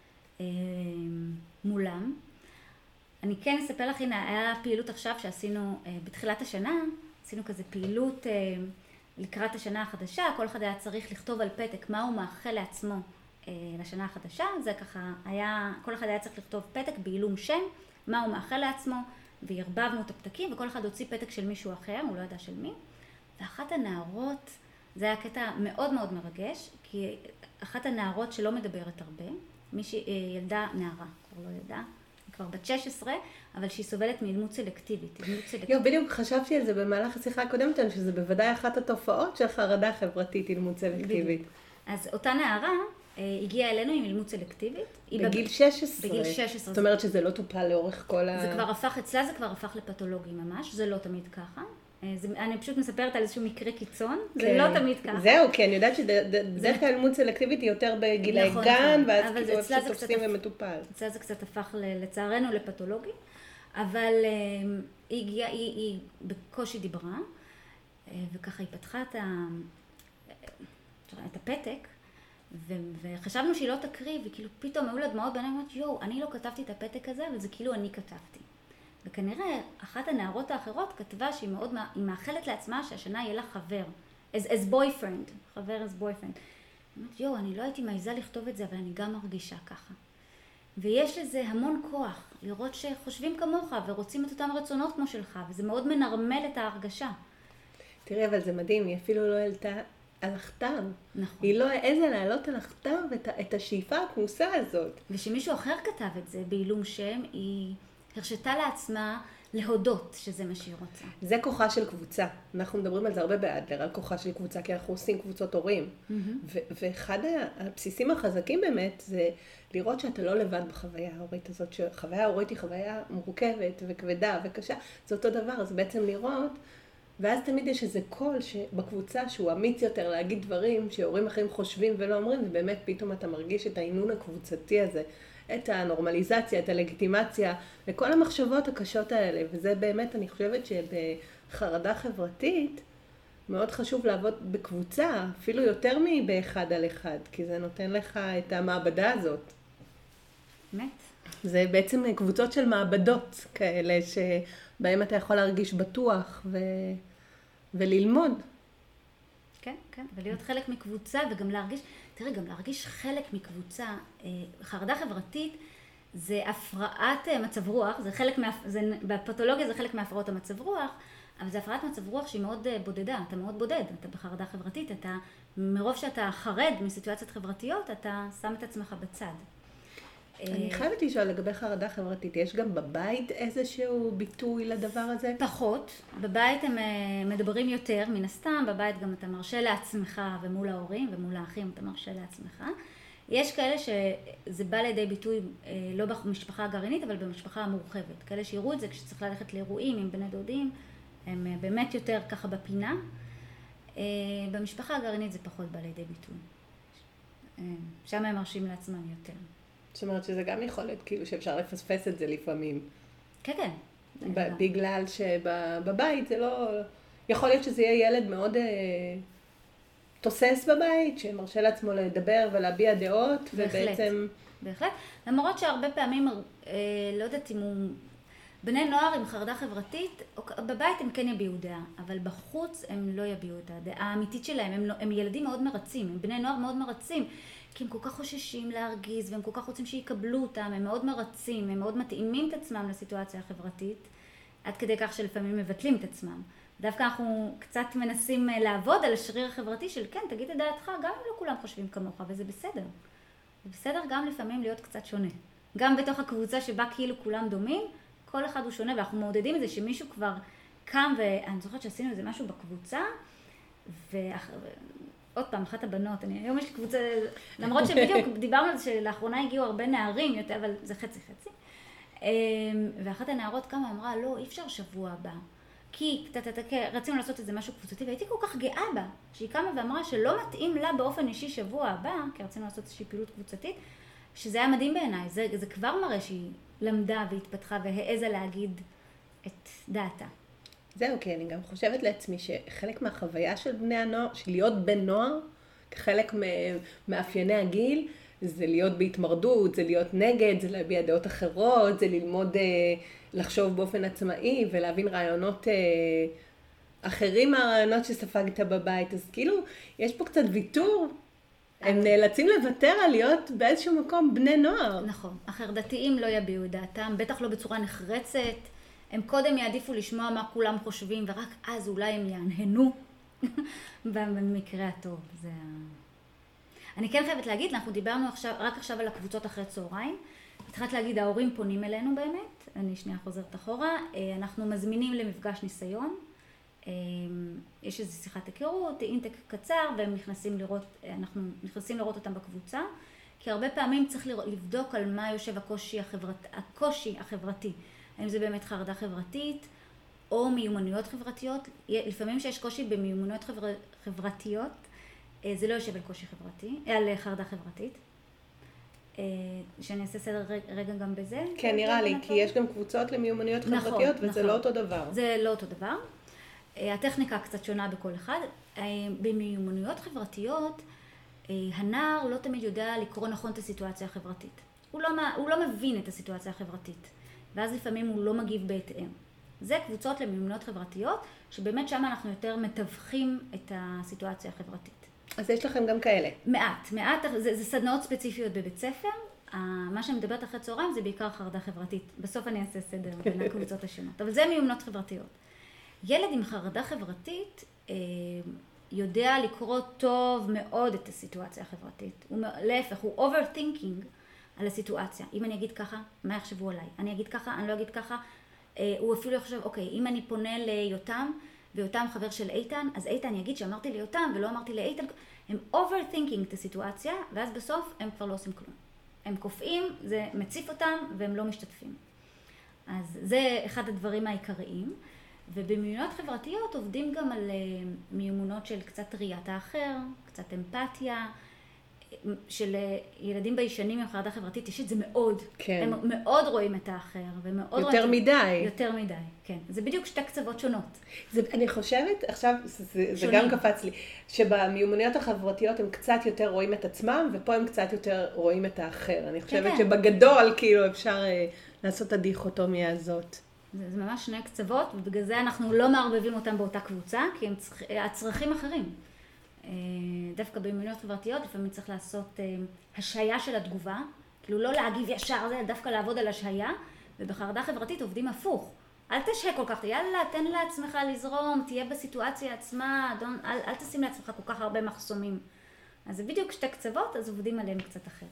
מולם. אני כן אספר לך, הנה, היה פעילות עכשיו שעשינו בתחילת השנה, עשינו כזה פעילות לקראת השנה החדשה, כל אחד היה צריך לכתוב על פתק מה הוא מאחל לעצמו לשנה החדשה, זה ככה היה, כל אחד היה צריך לכתוב פתק בעילום שם, מה הוא מאחל לעצמו, והרבבנו את הפתקים, וכל אחד הוציא פתק של מישהו אחר, הוא לא ידע של מי, ואחת הנערות, זה היה קטע מאוד מאוד מרגש, כי אחת הנערות שלא מדברת הרבה, מישהי, ילדה נערה, כבר לא ילדה, כבר בת שש עשרה, אבל שהיא סובלת מאלימות סלקטיבית. יו, בדיוק חשבתי על זה במהלך השיחה הקודמת, שזה בוודאי אחת התופעות של חרדה חברתית, אלימות סלקטיבית. אז אותה נערה הגיעה אלינו עם אלימות סלקטיבית. בגיל שש עשרה. בגיל שש עשרה. זאת אומרת שזה לא טופל לאורך כל ה... זה כבר הפך, אצלה זה כבר הפך לפתולוגי ממש, זה לא תמיד ככה. זה, אני פשוט מספרת על איזשהו מקרה קיצון, כן. זה לא תמיד ככה. זהו, כי אני יודעת שבדרך כלל אלימות סלקטיבית היא יותר בגילי נכון, גן, נכון. ואז כאילו איפה שתופסים ומטופל. אצלה זה קצת הפך לצערנו לפתולוגי, אבל היא, היא, היא, היא בקושי דיברה, וככה היא פתחה את, ה, את הפתק, ו, וחשבנו שהיא לא תקריא, וכאילו פתאום היו לה דמעות בעיניים, אמרת, יואו, אני לא כתבתי את הפתק הזה, אבל זה כאילו אני כתבתי. וכנראה אחת הנערות האחרות כתבה שהיא מאוד, היא מאחלת לעצמה שהשנה יהיה לה חבר, as, as boyfriend, חבר as boyfriend. היא אומרת, יו, אני לא הייתי מעיזה לכתוב את זה, אבל אני גם מרגישה ככה. ויש לזה המון כוח, לראות שחושבים כמוך ורוצים את אותם רצונות כמו שלך, וזה מאוד מנרמל את ההרגשה. תראי, אבל זה מדהים, היא אפילו לא העלתה על הכתב. נכון. היא לא העזה להעלות על הכתב את, את השאיפה הכמוסה הזאת. ושמישהו אחר כתב את זה בעילום שם, היא הרשתה לעצמה להודות שזה מה שהיא רוצה. זה כוחה של קבוצה. אנחנו מדברים על זה הרבה באדלר, על כוחה של קבוצה, כי אנחנו עושים קבוצות הורים. Mm-hmm. ו- ואחד הבסיסים החזקים באמת זה לראות שאתה לא לבד בחוויה ההורית הזאת, שחוויה ההורית היא חוויה מורכבת וכבדה וקשה. זה אותו דבר, אז בעצם לראות, ואז תמיד יש איזה קול בקבוצה שהוא אמיץ יותר להגיד דברים שהורים אחרים חושבים ולא אומרים, ובאמת פתאום אתה מרגיש את העינון הקבוצתי הזה. את הנורמליזציה, את הלגיטימציה, לכל המחשבות הקשות האלה. וזה באמת, אני חושבת שבחרדה חברתית, מאוד חשוב לעבוד בקבוצה, אפילו יותר מבאחד על אחד, כי זה נותן לך את המעבדה הזאת. באמת? זה בעצם קבוצות של מעבדות כאלה, שבהם אתה יכול להרגיש בטוח ו... וללמוד. כן, כן, ולהיות חלק מקבוצה וגם להרגיש, תראי, גם להרגיש חלק מקבוצה, חרדה חברתית זה הפרעת מצב רוח, זה חלק מה, זה, בפתולוגיה זה חלק מהפרעות המצב רוח, אבל זה הפרעת מצב רוח שהיא מאוד בודדה, אתה מאוד בודד, אתה בחרדה חברתית, אתה, מרוב שאתה חרד מסיטואציות חברתיות, אתה שם את עצמך בצד. אני חייבת לשאול לגבי חרדה חברתית, יש גם בבית איזשהו ביטוי לדבר הזה? פחות, בבית הם מדברים יותר, מן הסתם, בבית גם אתה מרשה לעצמך ומול ההורים ומול האחים אתה מרשה לעצמך. יש כאלה שזה בא לידי ביטוי לא במשפחה הגרעינית, אבל במשפחה המורחבת. כאלה שיראו את זה כשצריך ללכת לאירועים עם בני דודים, הם באמת יותר ככה בפינה. במשפחה הגרעינית זה פחות בא לידי ביטוי. שם הם מרשים לעצמם יותר. זאת אומרת שזה גם יכול להיות כאילו שאפשר לפספס את זה לפעמים. כן, כן. בגלל שבבית זה לא... יכול להיות שזה יהיה ילד מאוד תוסס בבית, שמרשה לעצמו לדבר ולהביע דעות, ובעצם... בהחלט. למרות שהרבה פעמים, לא יודעת אם הוא... בני נוער עם חרדה חברתית, בבית הם כן יביעו דעה, אבל בחוץ הם לא יביעו את הדעה האמיתית שלהם. הם, לא, הם ילדים מאוד מרצים, הם בני נוער מאוד מרצים, כי הם כל כך חוששים להרגיז, והם כל כך רוצים שיקבלו אותם, הם מאוד מרצים, הם מאוד מתאימים את עצמם לסיטואציה החברתית, עד כדי כך שלפעמים מבטלים את עצמם. דווקא אנחנו קצת מנסים לעבוד על השריר החברתי של כן, תגיד את דעתך, גם אם לא כולם חושבים כמוך, וזה בסדר. זה בסדר גם לפעמים להיות קצת שונה. גם בתוך הקבוצה שבה כאילו כולם דומים, כל אחד הוא שונה, ואנחנו מעודדים את זה שמישהו כבר קם, ואני זוכרת שעשינו איזה משהו בקבוצה, ועוד פעם, אחת הבנות, אני, היום יש לי קבוצה, למרות שבדיוק דיברנו על זה שלאחרונה הגיעו הרבה נערים יותר, אבל זה חצי חצי. ואחת הנערות קמה אמרה, לא, אי אפשר שבוע הבא, כי רצינו לעשות איזה משהו קבוצתי, והייתי כל כך גאה בה, שהיא קמה ואמרה שלא מתאים לה באופן אישי שבוע הבא, כי רצינו לעשות איזושהי פעילות קבוצתית, שזה היה מדהים בעיניי, זה, זה כבר מראה שהיא למדה והתפתחה והעזה להגיד את דעתה. זהו, כי אני גם חושבת לעצמי שחלק מהחוויה של בני הנוער, של להיות בן נוער, כחלק מאפייני הגיל, זה להיות בהתמרדות, זה להיות נגד, זה להביע דעות אחרות, זה ללמוד לחשוב באופן עצמאי ולהבין רעיונות אחרים מהרעיונות שספגת בבית. אז כאילו, יש פה קצת ויתור. הם נאלצים לוותר על להיות באיזשהו מקום בני נוער. נכון. החרדתיים לא יביעו את דעתם, בטח לא בצורה נחרצת. הם קודם יעדיפו לשמוע מה כולם חושבים, ורק אז אולי הם יענהנו במקרה הטוב. זה... אני כן חייבת להגיד, אנחנו דיברנו עכשיו, רק עכשיו על הקבוצות אחרי צהריים. התחלת להגיד, ההורים פונים אלינו באמת, אני שנייה חוזרת אחורה, אנחנו מזמינים למפגש ניסיון, יש איזו שיחת היכרות, אינטק קצר, והם נכנסים לראות, אנחנו נכנסים לראות אותם בקבוצה, כי הרבה פעמים צריך לבדוק על מה יושב הקושי, החברת, הקושי החברתי, האם זה באמת חרדה חברתית, או מיומנויות חברתיות. לפעמים שיש קושי במיומנויות חבר... חברתיות, זה לא יושב על קושי חברתי, על חרדה חברתית. שאני אעשה סדר רגע גם בזה. כן, נראה לי, כי יש גם קבוצות למיומנויות חברתיות, וזה לא אותו דבר. זה לא אותו דבר. הטכניקה קצת שונה בכל אחד. במיומנויות חברתיות, הנער לא תמיד יודע לקרוא נכון את הסיטואציה החברתית. הוא לא, הוא לא מבין את הסיטואציה החברתית, ואז לפעמים הוא לא מגיב בהתאם. זה קבוצות למיומנויות חברתיות, שבאמת שם אנחנו יותר מתווכים את הסיטואציה החברתית. אז יש לכם גם כאלה? מעט, מעט, זה, זה סדנאות ספציפיות בבית ספר. מה שאני מדברת אחרי צהריים זה בעיקר חרדה חברתית. בסוף אני אעשה סדר בין הקבוצות השונות. אבל זה מיומנות חברתיות. ילד עם חרדה חברתית אה, יודע לקרוא טוב מאוד את הסיטואציה החברתית. הוא, להפך, הוא overthinking על הסיטואציה. אם אני אגיד ככה, מה יחשבו עליי? אני אגיד ככה, אני לא אגיד ככה. אה, הוא אפילו יחשב, אוקיי, אם אני פונה ליותם, ויותם חבר של איתן, אז איתן יגיד שאמרתי ליותם ולא אמרתי לאיתן. הם overthinking את הסיטואציה, ואז בסוף הם כבר לא עושים כלום. הם קופאים, זה מציף אותם, והם לא משתתפים. אז זה אחד הדברים העיקריים. ובמיומנויות חברתיות עובדים גם על מיומנות של קצת ראיית האחר, קצת אמפתיה, של ילדים ביישנים עם חרדה חברתית, יש את זה מאוד. כן. הם מאוד רואים את האחר, ומאוד יותר רואים מדי. יותר מדי, כן. זה בדיוק שתי קצוות שונות. זה, אני חושבת, עכשיו זה, זה גם קפץ לי, שבמיומנויות החברתיות הם קצת יותר רואים את עצמם, ופה הם קצת יותר רואים את האחר. אני חושבת כן, שבגדול כאילו אפשר אה, לעשות את הדיכוטומיה הזאת. זה, זה ממש שני קצוות, ובגלל זה אנחנו לא מערבבים אותם באותה קבוצה, כי הם צריכים, הצרכים אחרים. דווקא במיומנויות חברתיות לפעמים צריך לעשות השהיה של התגובה, כאילו לא להגיב ישר, זה דווקא לעבוד על השהיה, ובחרדה חברתית עובדים הפוך. אל תשהה כל כך, יאללה, תן לעצמך לזרום, תהיה בסיטואציה עצמה, דון, אל, אל תשים לעצמך כל כך הרבה מחסומים. אז זה בדיוק שתי קצוות, אז עובדים עליהם קצת אחרת.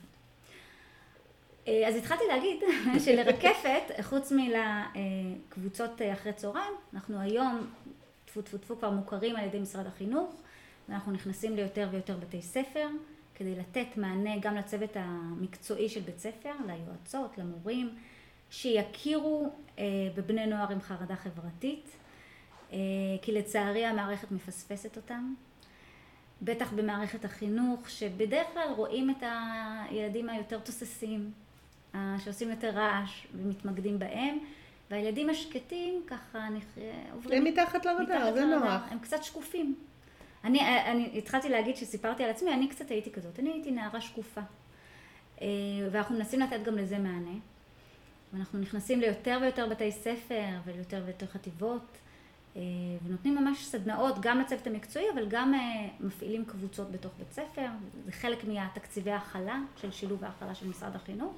אז התחלתי להגיד שלרקפת, חוץ מלקבוצות אחרי צהריים, אנחנו היום, תפו תפו תפו, כבר מוכרים על ידי משרד החינוך, ואנחנו נכנסים ליותר ויותר בתי ספר, כדי לתת מענה גם לצוות המקצועי של בית ספר, ליועצות, למורים, שיכירו אה, בבני נוער עם חרדה חברתית, אה, כי לצערי המערכת מפספסת אותם. בטח במערכת החינוך, שבדרך כלל רואים את הילדים היותר תוססים, אה, שעושים יותר רעש ומתמקדים בהם, והילדים השקטים ככה נכ... עוברים... הם מתחת לרדאר, זה נוח. הם קצת שקופים. אני, אני התחלתי להגיד שסיפרתי על עצמי, אני קצת הייתי כזאת, אני הייתי נערה שקופה. ואנחנו מנסים לתת גם לזה מענה. ואנחנו נכנסים ליותר ויותר בתי ספר וליותר ויותר חטיבות, ונותנים ממש סדנאות גם לצוות המקצועי, אבל גם מפעילים קבוצות בתוך בית ספר. זה חלק מהתקציבי ההכלה של שילוב ההכלה של משרד החינוך.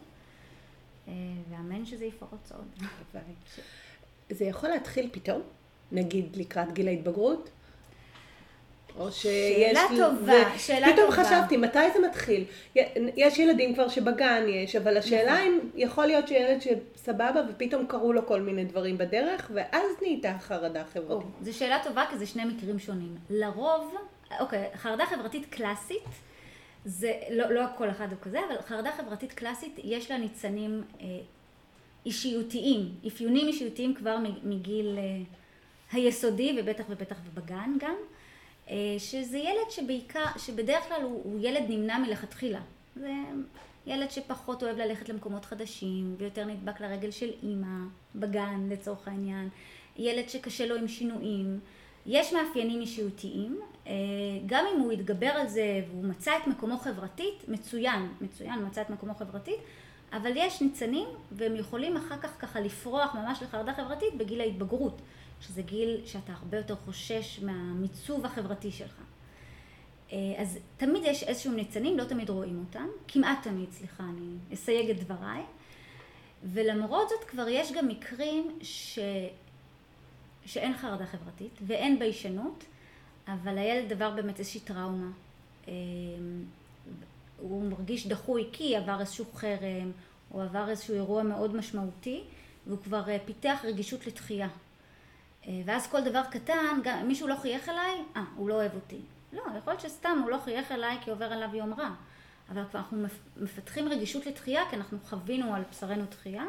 ואמן שזה יפרוץ עוד. זה יכול להתחיל פתאום, נגיד לקראת גיל ההתבגרות? או שיש... שאלה טובה, שאלה טובה. פתאום חשבתי, מתי זה מתחיל? יש ילדים כבר שבגן יש, אבל השאלה אם יכול להיות שילד שסבבה ופתאום קראו לו כל מיני דברים בדרך, ואז נהייתה חרדה חברתית. זו שאלה טובה, כי זה שני מקרים שונים. לרוב, אוקיי, חרדה חברתית קלאסית, זה לא, לא כל אחד הוא כזה, אבל חרדה חברתית קלאסית יש לה ניצנים אה, אישיותיים, אפיונים אישיותיים כבר מגיל אה, היסודי, ובטח ובטח ובגן גם. שזה ילד שבעיקר, שבדרך כלל הוא, הוא ילד נמנע מלכתחילה. זה ילד שפחות אוהב ללכת למקומות חדשים, ויותר נדבק לרגל של אמא, בגן לצורך העניין. ילד שקשה לו עם שינויים. יש מאפיינים אישיותיים, גם אם הוא יתגבר על זה והוא מצא את מקומו חברתית, מצוין, מצוין, מצא את מקומו חברתית, אבל יש ניצנים והם יכולים אחר כך ככה לפרוח ממש לחרדה חברתית בגיל ההתבגרות. שזה גיל שאתה הרבה יותר חושש מהמיצוב החברתי שלך. אז תמיד יש איזשהו ניצנים, לא תמיד רואים אותם, כמעט תמיד, סליחה, אני אסייג את דבריי. ולמרות זאת כבר יש גם מקרים ש... שאין חרדה חברתית ואין ביישנות, אבל הילד עבר באמת איזושהי טראומה. הוא מרגיש דחוי כי עבר איזשהו חרם, הוא עבר איזשהו אירוע מאוד משמעותי, והוא כבר פיתח רגישות לתחייה. ואז כל דבר קטן, גם, מישהו לא חייך אליי, אה, הוא לא אוהב אותי. לא, יכול להיות שסתם הוא לא חייך אליי כי עובר עליו יום רע. אבל כבר אנחנו מפתחים רגישות לתחייה, כי אנחנו חווינו על בשרנו תחייה,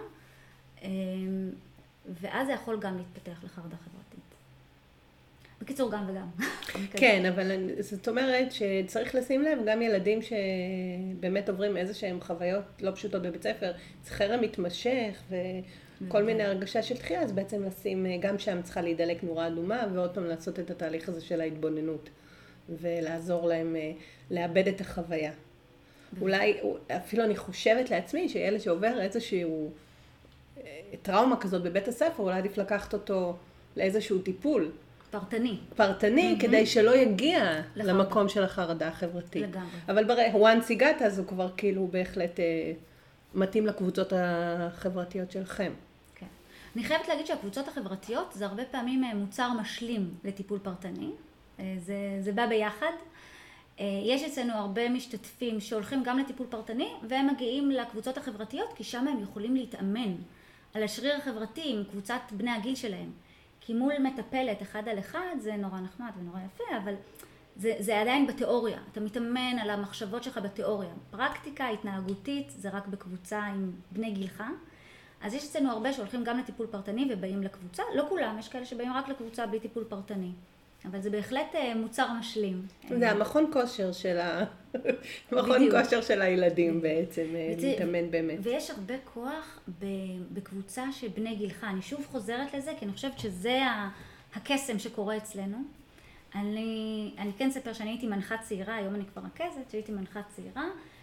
ואז זה יכול גם להתפתח לחרדה חברתית. בקיצור, גם וגם. כן, אבל זאת אומרת שצריך לשים לב גם ילדים שבאמת עוברים איזה שהם חוויות לא פשוטות בבית ספר, חרם מתמשך וכל מיני הרגשה של תחייה, אז בעצם לשים, גם שם צריכה להידלק נורה אדומה, ועוד פעם לעשות את התהליך הזה של ההתבוננות, ולעזור להם לאבד את החוויה. אולי, אפילו אני חושבת לעצמי שילד שעובר איזשהו טראומה כזאת בבית הספר, אולי עדיף לקחת אותו לאיזשהו טיפול. פרטני. פרטני, mm-hmm. כדי שלא יגיע לחרדה. למקום של החרדה החברתית. לגמרי. אבל ברגע, once הגעת, אז הוא כבר כאילו בהחלט אה, מתאים לקבוצות החברתיות שלכם. כן. אני חייבת להגיד שהקבוצות החברתיות זה הרבה פעמים מוצר משלים לטיפול פרטני. זה, זה בא ביחד. יש אצלנו הרבה משתתפים שהולכים גם לטיפול פרטני, והם מגיעים לקבוצות החברתיות, כי שם הם יכולים להתאמן על השריר החברתי עם קבוצת בני הגיל שלהם. כי מול מטפלת אחד על אחד זה נורא נחמד ונורא יפה, אבל זה, זה עדיין בתיאוריה. אתה מתאמן על המחשבות שלך בתיאוריה. פרקטיקה התנהגותית זה רק בקבוצה עם בני גילך. אז יש אצלנו הרבה שהולכים גם לטיפול פרטני ובאים לקבוצה. לא כולם, יש כאלה שבאים רק לקבוצה בלי טיפול פרטני. אבל זה בהחלט מוצר משלים. זה המכון כושר של ה... מכון כושר של הילדים בעצם, להתאמן באמת. ויש הרבה כוח בקבוצה של בני גילך. אני שוב חוזרת לזה, כי אני חושבת שזה הקסם שקורה אצלנו. אני, אני כן אספר שאני הייתי מנחת צעירה, היום אני כבר רכזת, שהייתי מנחת צעירה,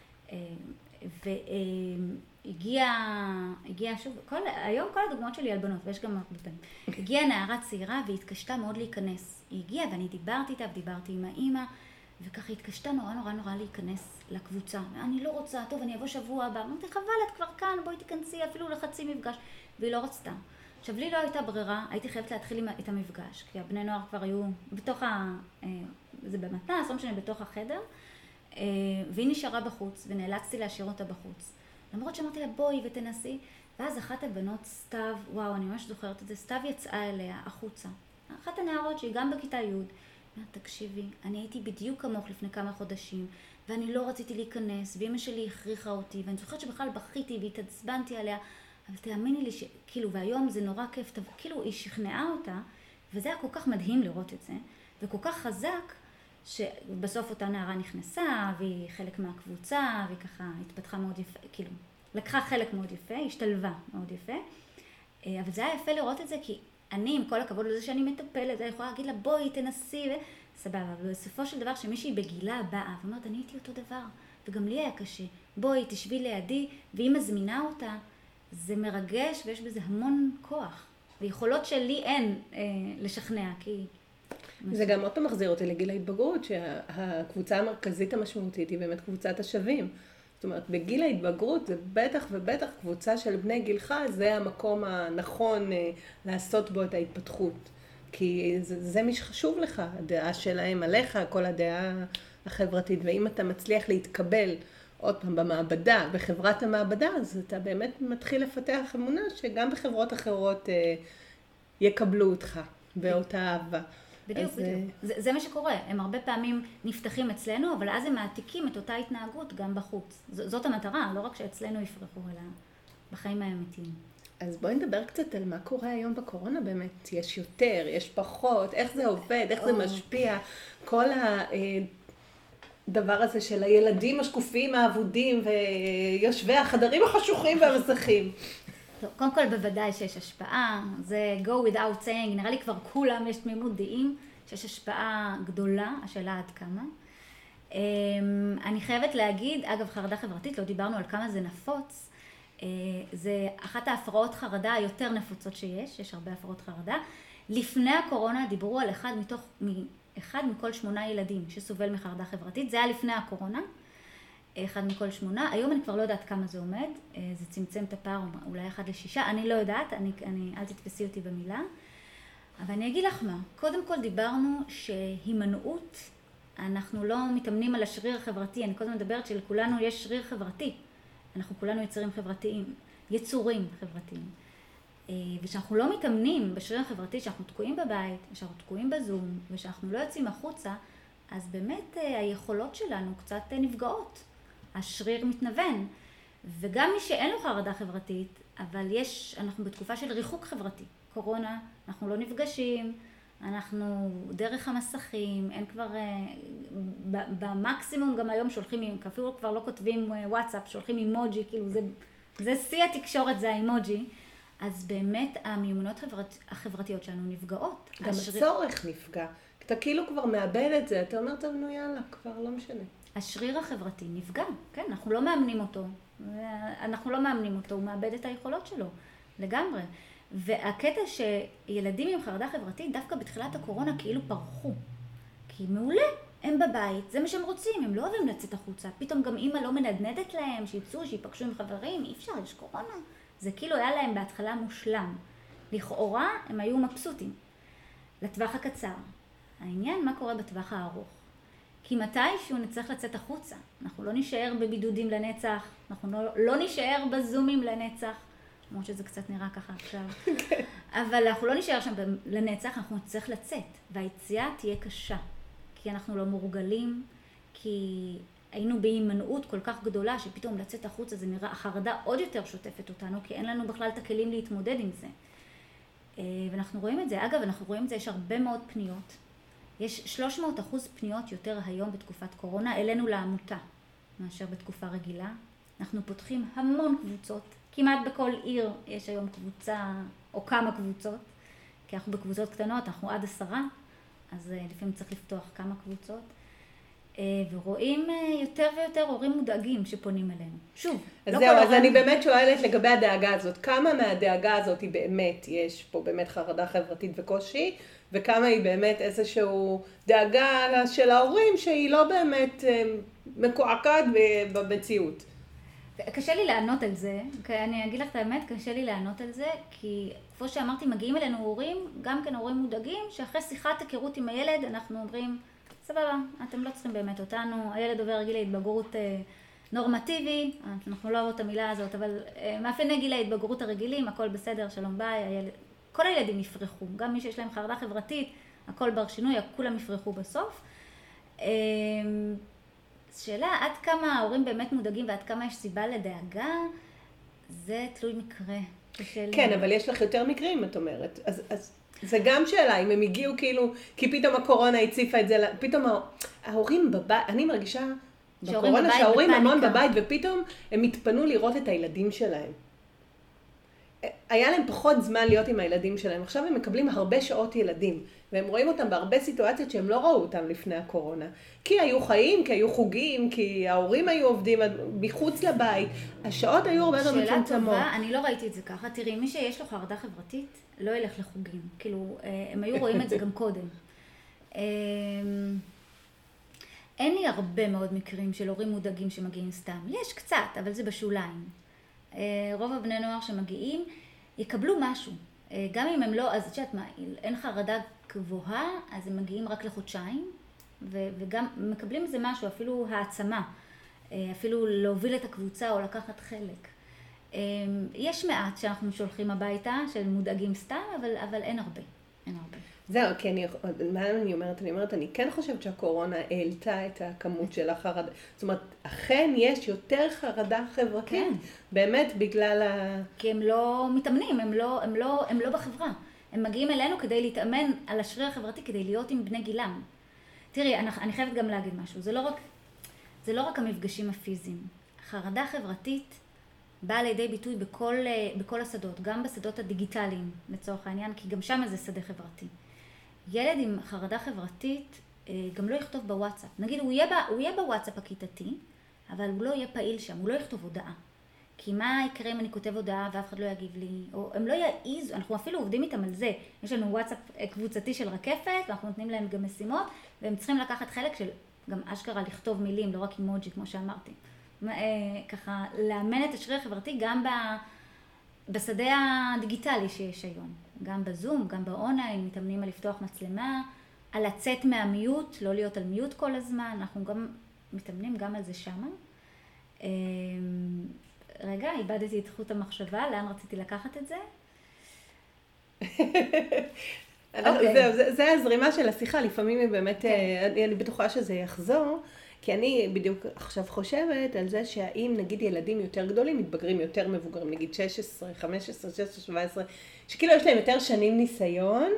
והגיעה, הגיעה שוב, כל, היום כל הדוגמאות שלי על בנות, ויש גם הרבה פעמים. הגיעה נערה צעירה והיא התקשתה מאוד להיכנס. היא הגיעה ואני דיברתי איתה ודיברתי עם האמא, וככה התקשתה נורא נורא נורא להיכנס לקבוצה. אני לא רוצה, טוב, אני אבוא שבוע הבא. אמרתי, חבל, את כבר כאן, בואי תיכנסי אפילו לחצי מפגש. והיא לא רצתה. עכשיו, לי לא הייתה ברירה, הייתי חייבת להתחיל את המפגש, כי הבני נוער כבר היו בתוך ה... זה במתנ"ס, לא משנה, בתוך החדר, והיא נשארה בחוץ, ונאלצתי להשאיר אותה בחוץ. למרות שאמרתי לה, בואי ותנסי, ואז אחת הבנות, סתיו, וואו, אני ממש זוכרת את זה, סתיו יצאה אליה החוצה. אחת הנערות שהיא גם בכיתה י', תקשיבי, אני הייתי בדיוק כמוך לפני כמה חודשים, ואני לא רציתי להיכנס, ואמא שלי הכריחה אותי, ואני זוכרת שבכלל בכיתי והתעצבנתי עליה, אבל תאמיני לי שכאילו, והיום זה נורא כיף, כאילו היא שכנעה אותה, וזה היה כל כך מדהים לראות את זה, וכל כך חזק, שבסוף אותה נערה נכנסה, והיא חלק מהקבוצה, והיא ככה התפתחה מאוד יפה, כאילו, לקחה חלק מאוד יפה, השתלבה מאוד יפה, אבל זה היה יפה לראות את זה, כי אני, עם כל הכבוד לזה שאני מטפלת, אני יכולה להגיד לה, בואי, תנסי, וסבבה, ובסופו של דבר שמישהי בגילה באה, ואומרת, אני הייתי אותו דבר, וגם לי היה קשה, בואי, תשבי לידי, והיא מזמינה אותה, זה מרגש, ויש בזה המון כוח, ויכולות שלי אין אה, לשכנע, כי... זה גם עוד פעם מחזיר אותי לגיל ההתבגרות, שהקבוצה המרכזית המשמעותית היא באמת קבוצת השווים. זאת אומרת, בגיל ההתבגרות זה בטח ובטח קבוצה של בני גילך, זה המקום הנכון לעשות בו את ההתפתחות. כי זה, זה מי שחשוב לך, הדעה שלהם עליך, כל הדעה החברתית. ואם אתה מצליח להתקבל עוד פעם במעבדה, בחברת המעבדה, אז אתה באמת מתחיל לפתח אמונה שגם בחברות אחרות אה, יקבלו אותך באותה אהבה. בדיוק, אז, בדיוק. זה, זה מה שקורה. הם הרבה פעמים נפתחים אצלנו, אבל אז הם מעתיקים את אותה התנהגות גם בחוץ. ז, זאת המטרה, לא רק שאצלנו יפרחו, אלא בחיים האמיתיים. אז בואי נדבר קצת על מה קורה היום בקורונה באמת. יש יותר, יש פחות, איך זה עובד, איך זה משפיע. כל הדבר הזה של הילדים השקופים, האבודים, ויושבי החדרים החשוכים והמסכים. טוב, קודם כל בוודאי שיש השפעה, זה go without saying, נראה לי כבר כולם יש תמימות דעים, שיש השפעה גדולה, השאלה עד כמה. אני חייבת להגיד, אגב חרדה חברתית, לא דיברנו על כמה זה נפוץ, זה אחת ההפרעות חרדה היותר נפוצות שיש, יש הרבה הפרעות חרדה. לפני הקורונה דיברו על אחד מתוך, אחד מכל שמונה ילדים שסובל מחרדה חברתית, זה היה לפני הקורונה. אחד מכל שמונה, היום אני כבר לא יודעת כמה זה עומד, זה צמצם את הפער, אולי אחד לשישה, אני לא יודעת, אני, אני, אל תתפסי אותי במילה, אבל אני אגיד לך מה, קודם כל דיברנו שהימנעות, אנחנו לא מתאמנים על השריר החברתי, אני קודם מדברת שלכולנו יש שריר חברתי, אנחנו כולנו יצורים חברתיים, יצורים חברתיים. ושאנחנו לא מתאמנים בשריר החברתי, שאנחנו תקועים בבית, ושאנחנו תקועים בזום, ושאנחנו לא יוצאים החוצה, אז באמת היכולות שלנו קצת נפגעות. השריר מתנוון. וגם מי שאין לו חרדה חברתית, אבל יש, אנחנו בתקופה של ריחוק חברתי. קורונה, אנחנו לא נפגשים, אנחנו דרך המסכים, אין כבר, במקסימום גם היום שולחים, אפילו כבר לא כותבים וואטסאפ, שולחים אימוג'י, כאילו זה, זה שיא התקשורת, זה האימוג'י. אז באמת המיומנויות החברת, החברתיות שלנו נפגעות. גם השריר... הצורך נפגע. אתה כאילו כבר מאבד את זה, אתה אומר, טוב, נו יאללה, כבר לא משנה. השריר החברתי נפגע, כן, אנחנו לא מאמנים אותו. אנחנו לא מאמנים אותו, הוא מאבד את היכולות שלו, לגמרי. והקטע שילדים עם חרדה חברתית, דווקא בתחילת הקורונה כאילו פרחו. כי מעולה, הם בבית, זה מה שהם רוצים, הם לא אוהבים לצאת החוצה. פתאום גם אמא לא מנדנדת להם, שיצאו, שיפגשו עם חברים, אי אפשר, יש קורונה. זה כאילו היה להם בהתחלה מושלם. לכאורה הם היו מבסוטים. לטווח הקצר. העניין מה קורה בטווח הארוך. כי מתישהו נצטרך לצאת החוצה. אנחנו לא נשאר בבידודים לנצח, אנחנו לא, לא נשאר בזומים לנצח, למרות שזה קצת נראה ככה עכשיו. אבל אנחנו לא נשאר שם לנצח, אנחנו נצטרך לצאת. והיציאה תהיה קשה. כי אנחנו לא מורגלים, כי היינו בהימנעות כל כך גדולה, שפתאום לצאת החוצה זה נראה, החרדה עוד יותר שוטפת אותנו, כי אין לנו בכלל את הכלים להתמודד עם זה. ואנחנו רואים את זה. אגב, אנחנו רואים את זה, יש הרבה מאוד פניות. יש שלוש מאות אחוז פניות יותר היום בתקופת קורונה, אלינו לעמותה, מאשר בתקופה רגילה. אנחנו פותחים המון קבוצות, כמעט בכל עיר יש היום קבוצה או כמה קבוצות, כי אנחנו בקבוצות קטנות, אנחנו עד עשרה, אז לפעמים צריך לפתוח כמה קבוצות. ורואים יותר ויותר הורים מודאגים שפונים אלינו. שוב, אז לא זהו, אז הורים... אני באמת שואלת לגבי הדאגה הזאת, כמה מהדאגה הזאת היא באמת, יש פה באמת חרדה חברתית וקושי, וכמה היא באמת איזשהו דאגה של ההורים שהיא לא באמת מקועקעת במציאות. קשה לי לענות על זה, אני אגיד לך את האמת, קשה לי לענות על זה, כי כמו שאמרתי, מגיעים אלינו הורים, גם כן הורים מודאגים, שאחרי שיחת היכרות עם הילד אנחנו אומרים, סבבה, אתם לא צריכים באמת אותנו, הילד עובר גיל ההתבגרות אה, נורמטיבי, אנחנו לא אוהבות את המילה הזאת, אבל אה, מאפייני גיל ההתבגרות הרגילים, הכל בסדר, שלום ביי, הילד, כל הילדים יפרחו, גם מי שיש להם חרדה חברתית, הכל בר שינוי, כולם יפרחו בסוף. אה, שאלה, עד כמה ההורים באמת מודאגים ועד כמה יש סיבה לדאגה, זה תלוי מקרה. כן, אבל יש לך יותר מקרים, את אומרת, אז... אז... זה גם שאלה, אם הם הגיעו כאילו, כי פתאום הקורונה הציפה את זה, פתאום ההורים בבית, אני מרגישה בקורונה שההורים המון בבית, ופתאום הם התפנו לראות את הילדים שלהם. היה להם פחות זמן להיות עם הילדים שלהם, עכשיו הם מקבלים הרבה שעות ילדים, והם רואים אותם בהרבה סיטואציות שהם לא ראו אותם לפני הקורונה. כי היו חיים, כי היו חוגים, כי ההורים היו עובדים מחוץ לבית, השעות היו הרבה יותר מצומצמות. שאלה טובה, אני לא ראיתי את זה ככה, תראי, מי שיש לו חרדה חברתית, לא ילך לחוגים, כאילו, הם היו רואים את זה גם קודם. אין לי הרבה מאוד מקרים של הורים מודאגים שמגיעים סתם, יש קצת, אבל זה בשוליים. רוב הבני נוער שמגיעים יקבלו משהו, גם אם הם לא, אז את יודעת מה, אין חרדה גבוהה, אז הם מגיעים רק לחודשיים, וגם מקבלים איזה משהו, אפילו העצמה, אפילו להוביל את הקבוצה או לקחת חלק. יש מעט שאנחנו שולחים הביתה, של מודאגים סתם, אבל, אבל אין הרבה, אין הרבה. זהו, כי אני, מה אני אומרת? אני אומרת, אני כן חושבת שהקורונה העלתה את הכמות של החרדה. זאת אומרת, אכן יש יותר חרדה חברתית, כן. באמת בגלל ה... כי הם לא מתאמנים, הם לא, הם לא, הם לא בחברה. הם מגיעים אלינו כדי להתאמן על השריר החברתי, כדי להיות עם בני גילם. תראי, אני, אני חייבת גם להגיד משהו, זה לא רק, זה לא רק המפגשים הפיזיים. חרדה חברתית באה לידי ביטוי בכל, בכל השדות, גם בשדות הדיגיטליים, לצורך העניין, כי גם שם זה שדה חברתי. ילד עם חרדה חברתית גם לא יכתוב בוואטסאפ. נגיד, הוא יהיה, הוא יהיה בוואטסאפ הכיתתי, אבל הוא לא יהיה פעיל שם, הוא לא יכתוב הודעה. כי מה יקרה אם אני כותב הודעה ואף אחד לא יגיב לי, או הם לא יעיזו, אנחנו אפילו עובדים איתם על זה. יש לנו וואטסאפ קבוצתי של רקפת, ואנחנו נותנים להם גם משימות, והם צריכים לקחת חלק של גם אשכרה לכתוב מילים, לא רק אימוג'י, כמו שאמרתי. ככה, לאמן את השריר החברתי גם ב... בשדה הדיגיטלי שיש היום, גם בזום, גם באונליין, מתאמנים על לפתוח מצלמה, על לצאת מהמיוט, לא להיות על מיוט כל הזמן, אנחנו גם מתאמנים גם על זה שמה. רגע, איבדתי את חוט המחשבה, לאן רציתי לקחת את זה? זהו, זה הזרימה של השיחה, לפעמים היא באמת, אני בטוחה שזה יחזור, כי אני בדיוק עכשיו חושבת על זה שהאם נגיד ילדים יותר גדולים, מתבגרים יותר מבוגרים, נגיד שש עשרה, חמש עשרה, שש עשרה, שבע עשרה, שכאילו יש להם יותר שנים ניסיון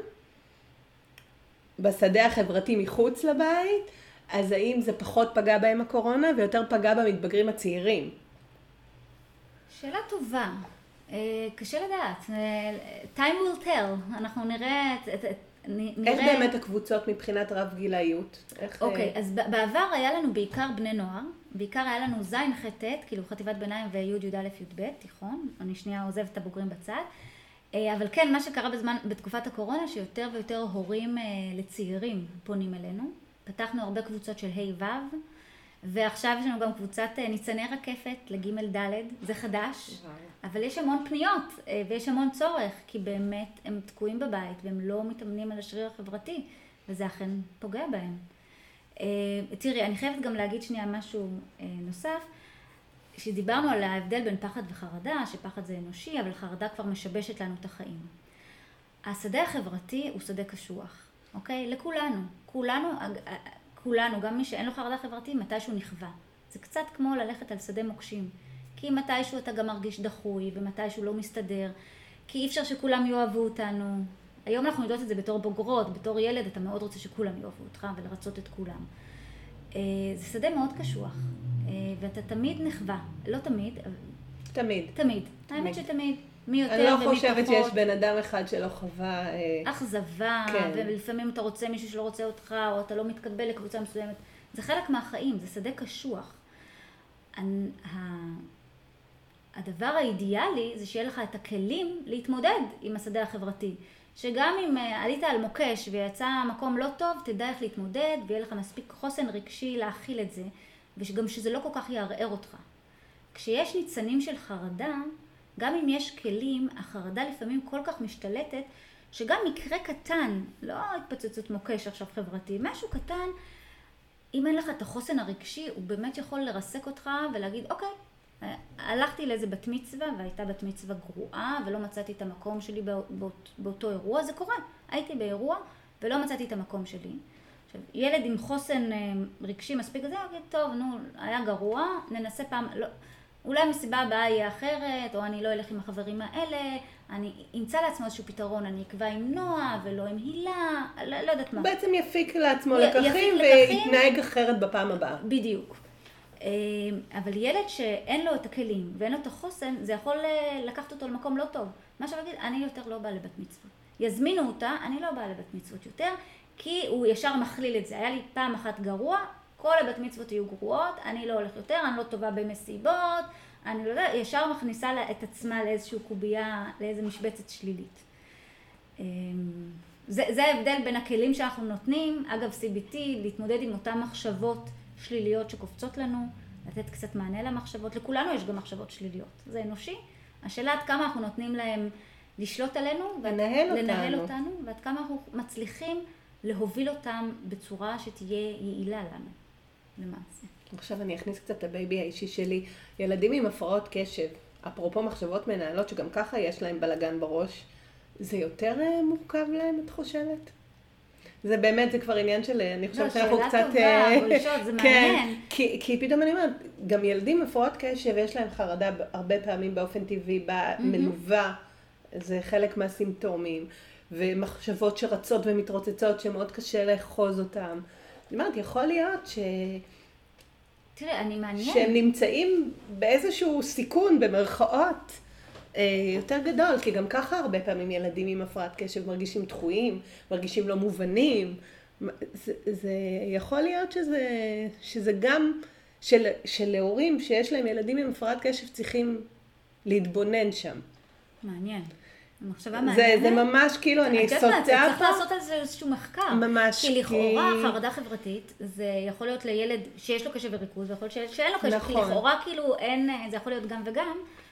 בשדה החברתי מחוץ לבית, אז האם זה פחות פגע בהם הקורונה ויותר פגע במתבגרים הצעירים? שאלה טובה. קשה לדעת. time will tell. אנחנו נראה... איך באמת הקבוצות מבחינת רב גילאיות? אוקיי, אז בעבר היה לנו בעיקר בני נוער. בעיקר היה לנו זין ח' ט', כאילו חטיבת ביניים וי' י' א' י' ב', תיכון. אני שנייה עוזבת את הבוגרים בצד. אבל כן, מה שקרה בזמן, בתקופת הקורונה, שיותר ויותר הורים לצעירים פונים אלינו. פתחנו הרבה קבוצות של ה' ו', ועכשיו יש לנו גם קבוצת ניצני רקפת לג' ד', זה חדש, אבל יש המון פניות ויש המון צורך, כי באמת הם תקועים בבית והם לא מתאמנים על השריר החברתי, וזה אכן פוגע בהם. תראי, אני חייבת גם להגיד שנייה משהו נוסף, שדיברנו על ההבדל בין פחד וחרדה, שפחד זה אנושי, אבל חרדה כבר משבשת לנו את החיים. השדה החברתי הוא שדה קשוח, אוקיי? לכולנו. כולנו, כולנו, גם מי שאין לו חרדה חברתית, מתישהו נכווה. זה קצת כמו ללכת על שדה מוקשים. כי מתישהו אתה גם מרגיש דחוי, ומתישהו לא מסתדר, כי אי אפשר שכולם יאהבו אותנו. היום אנחנו יודעות את זה בתור בוגרות, בתור ילד, אתה מאוד רוצה שכולם יאהבו אותך ולרצות את כולם. זה שדה מאוד קשוח, ואתה תמיד נכווה. לא תמיד, אבל... תמיד. תמיד. האמת שתמיד. מי יותר ומי פחות. אני לא חושבת שיש בן אדם אחד שלא חווה... אכזבה, כן. ולפעמים אתה רוצה מישהו שלא רוצה אותך, או אתה לא מתקבל לקבוצה מסוימת. זה חלק מהחיים, זה שדה קשוח. הדבר האידיאלי זה שיהיה לך את הכלים להתמודד עם השדה החברתי. שגם אם עלית על מוקש ויצא מקום לא טוב, תדע איך להתמודד, ויהיה לך מספיק חוסן רגשי להכיל את זה, וגם שזה לא כל כך יערער אותך. כשיש ניצנים של חרדה, גם אם יש כלים, החרדה לפעמים כל כך משתלטת, שגם מקרה קטן, לא התפוצצות מוקש עכשיו חברתי, משהו קטן, אם אין לך את החוסן הרגשי, הוא באמת יכול לרסק אותך ולהגיד, אוקיי, הלכתי לאיזה בת מצווה, והייתה בת מצווה גרועה, ולא מצאתי את המקום שלי באות, באותו אירוע, זה קורה. הייתי באירוע, ולא מצאתי את המקום שלי. עכשיו, ילד עם חוסן רגשי מספיק כזה, אוקיי, טוב, נו, היה גרוע, ננסה פעם, לא, אולי מסיבה הבאה יהיה אחרת, או אני לא אלך עם החברים האלה, אני אמצא לעצמו איזשהו פתרון, אני אקבע עם נועה ולא עם הילה, לא, לא יודעת מה. בעצם יפיק לעצמו לקחים ויתנהג אחרת בפעם הבאה. בדיוק. אבל ילד שאין לו את הכלים ואין לו את החוסן, זה יכול לקחת אותו למקום לא טוב. מה שאני אגיד, אני יותר לא באה לבת מצוות. יזמינו אותה, אני לא באה לבת מצוות יותר, כי הוא ישר מכליל את זה. היה לי פעם אחת גרוע, כל הבת מצוות יהיו גרועות, אני לא הולך יותר, אני לא טובה במסיבות, אני לא יודע, ישר מכניסה את עצמה לאיזשהו קובייה, לאיזו משבצת שלילית. זה, זה ההבדל בין הכלים שאנחנו נותנים, אגב סי בי טי, להתמודד עם אותן מחשבות שליליות שקופצות לנו, לתת קצת מענה למחשבות, לכולנו יש גם מחשבות שליליות, זה אנושי. השאלה עד כמה אנחנו נותנים להם לשלוט עלינו, לנהל אותנו. לנהל אותנו, ועד כמה אנחנו מצליחים להוביל אותם בצורה שתהיה יעילה לנו, למעשה. עכשיו אני אכניס קצת את הבייבי האישי שלי, ילדים עם הפרעות קשב, אפרופו מחשבות מנהלות שגם ככה יש להם בלגן בראש, זה יותר מורכב להם, את חושבת? זה באמת, זה כבר עניין של, אני חושבת שאנחנו קצת... לא, שאלה טובה, גולשות, זה מעניין. כי, כי פתאום אני אומרת, גם ילדים הפרעות קשב, יש להם חרדה הרבה פעמים באופן טבעי, מלווה, זה חלק מהסימפטומים, ומחשבות שרצות ומתרוצצות, שמאוד קשה לאחוז אותם. אני אומרת, יכול להיות ש... תראה, אני מעניין. שהם נמצאים באיזשהו סיכון, במרכאות, יותר גדול, כי גם ככה הרבה פעמים ילדים עם הפרעת קשב מרגישים דחויים, מרגישים לא מובנים. זה, זה יכול להיות שזה, שזה גם של, שלהורים שיש להם ילדים עם הפרעת קשב צריכים להתבונן שם. מעניין. המחשבה זה, מעניינת. זה ממש כאילו, אני סוטה פה. צריך לעשות על זה איזשהו מחקר. ממש. כי לכאורה חרדה חברתית, זה יכול להיות לילד שיש לו קשב וריכוז, ויכול להיות שאין לו קשב. נכון. כי לכאורה כאילו אין, זה יכול להיות גם וגם.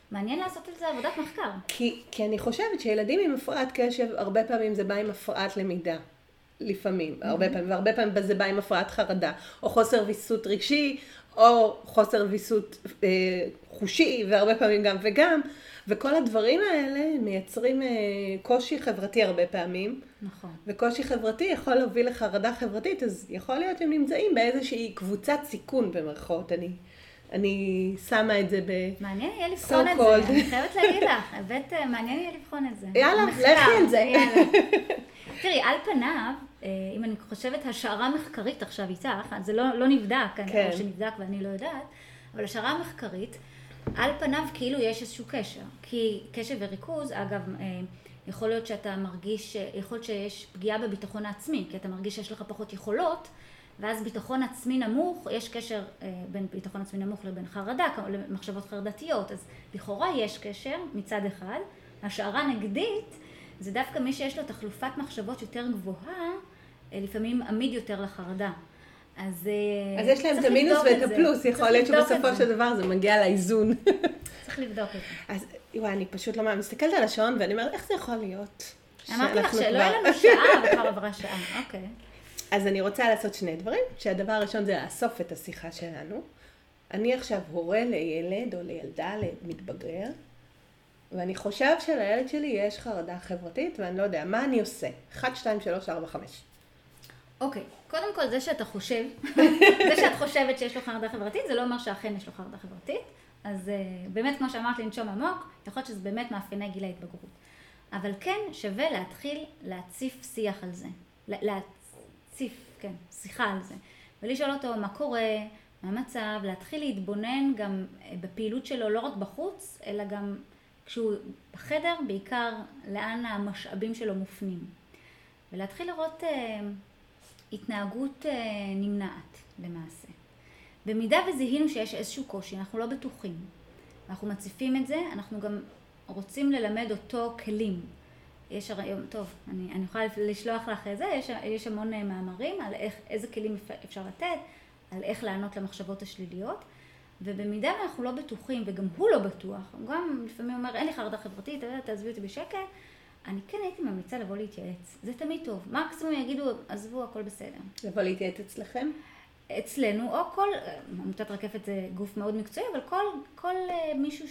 מעניין לעשות את זה עבודת מחקר. כי, כי אני חושבת שילדים עם הפרעת קשב, הרבה פעמים זה בא עם הפרעת למידה. לפעמים, mm-hmm. הרבה פעמים, והרבה פעמים זה בא עם הפרעת חרדה, או חוסר ויסות רגשי, או חוסר ויסות אה, חושי, והרבה פעמים גם וגם, וכל הדברים האלה מייצרים אה, קושי חברתי הרבה פעמים. נכון. וקושי חברתי יכול להוביל לחרדה חברתית, אז יכול להיות שהם נמצאים באיזושהי קבוצת סיכון במרכאות. אני, אני שמה את זה ב... מעניין יהיה לבחון את זה, אני חייבת להגיד לך, הבאת, מעניין יהיה לבחון את זה. יאללה, לכי על זה. יאללה. תראי, על פניו, אם אני חושבת השערה מחקרית עכשיו איתך, זה לא, לא נבדק, כן. או שנבדק ואני לא יודעת, אבל השערה מחקרית, על פניו כאילו יש איזשהו קשר. כי קשב וריכוז, אגב, יכול להיות שאתה מרגיש, יכול להיות שיש פגיעה בביטחון העצמי, כי אתה מרגיש שיש לך פחות יכולות, ואז ביטחון עצמי נמוך, יש קשר בין ביטחון עצמי נמוך לבין חרדה, למחשבות חרדתיות, אז לכאורה יש קשר מצד אחד, השערה נגדית, זה דווקא מי שיש לו תחלופת מחשבות יותר גבוהה, לפעמים עמיד יותר לחרדה. אז, אז יש להם את המינוס ואת הפלוס, יכול להיות שבסופו של דבר זה מגיע לאיזון. צריך לבדוק את זה. אז וואי, אני פשוט לא מסתכלת על השעון ואני אומרת, איך זה יכול להיות? אמרתי לך שלא היה לנו שעה וכבר עברה שעה, אוקיי. אז אני רוצה לעשות שני דברים, שהדבר הראשון זה לאסוף את השיחה שלנו. אני עכשיו הורה לילד או לילדה, למתבגר, ואני חושב שלילד שלי יש חרדה חברתית, ואני לא יודע, מה אני עושה? אחת, שתיים, שלוש, ארבע, חמש. אוקיי, קודם כל זה שאתה חושב, זה שאת חושבת שיש לו חרדה חברתית, זה לא אומר שאכן יש לו חרדה חברתית. אז באמת, כמו שאמרת, לנשום עמוק, יכול להיות שזה באמת מאפייני גיל ההתבגרות. אבל כן שווה להתחיל להציף שיח על זה. להציף, כן, שיחה על זה. ולשאול אותו מה קורה, מה המצב, להתחיל להתבונן גם בפעילות שלו, לא רק בחוץ, אלא גם כשהוא בחדר, בעיקר לאן המשאבים שלו מופנים. ולהתחיל לראות אה, התנהגות אה, נמנעת למעשה. במידה וזיהינו שיש איזשהו קושי, אנחנו לא בטוחים. אנחנו מציפים את זה, אנחנו גם רוצים ללמד אותו כלים. יש היום, טוב, אני, אני יכולה לשלוח לך את זה, יש, יש המון מאמרים על איך, איזה כלים אפשר לתת, על איך לענות למחשבות השליליות. ובמידה ואנחנו לא בטוחים, וגם הוא לא בטוח, הוא גם לפעמים אומר, אין לי חרדה חברתית, תעזבי אותי בשקט, אני כן הייתי ממליצה לבוא להתייעץ. זה תמיד טוב. מקסימום יגידו, עזבו, הכל בסדר. לבוא להתייעץ אצלכם? אצלנו, או כל, עמותת רקפת זה גוף מאוד מקצועי, אבל כל, כל מישהו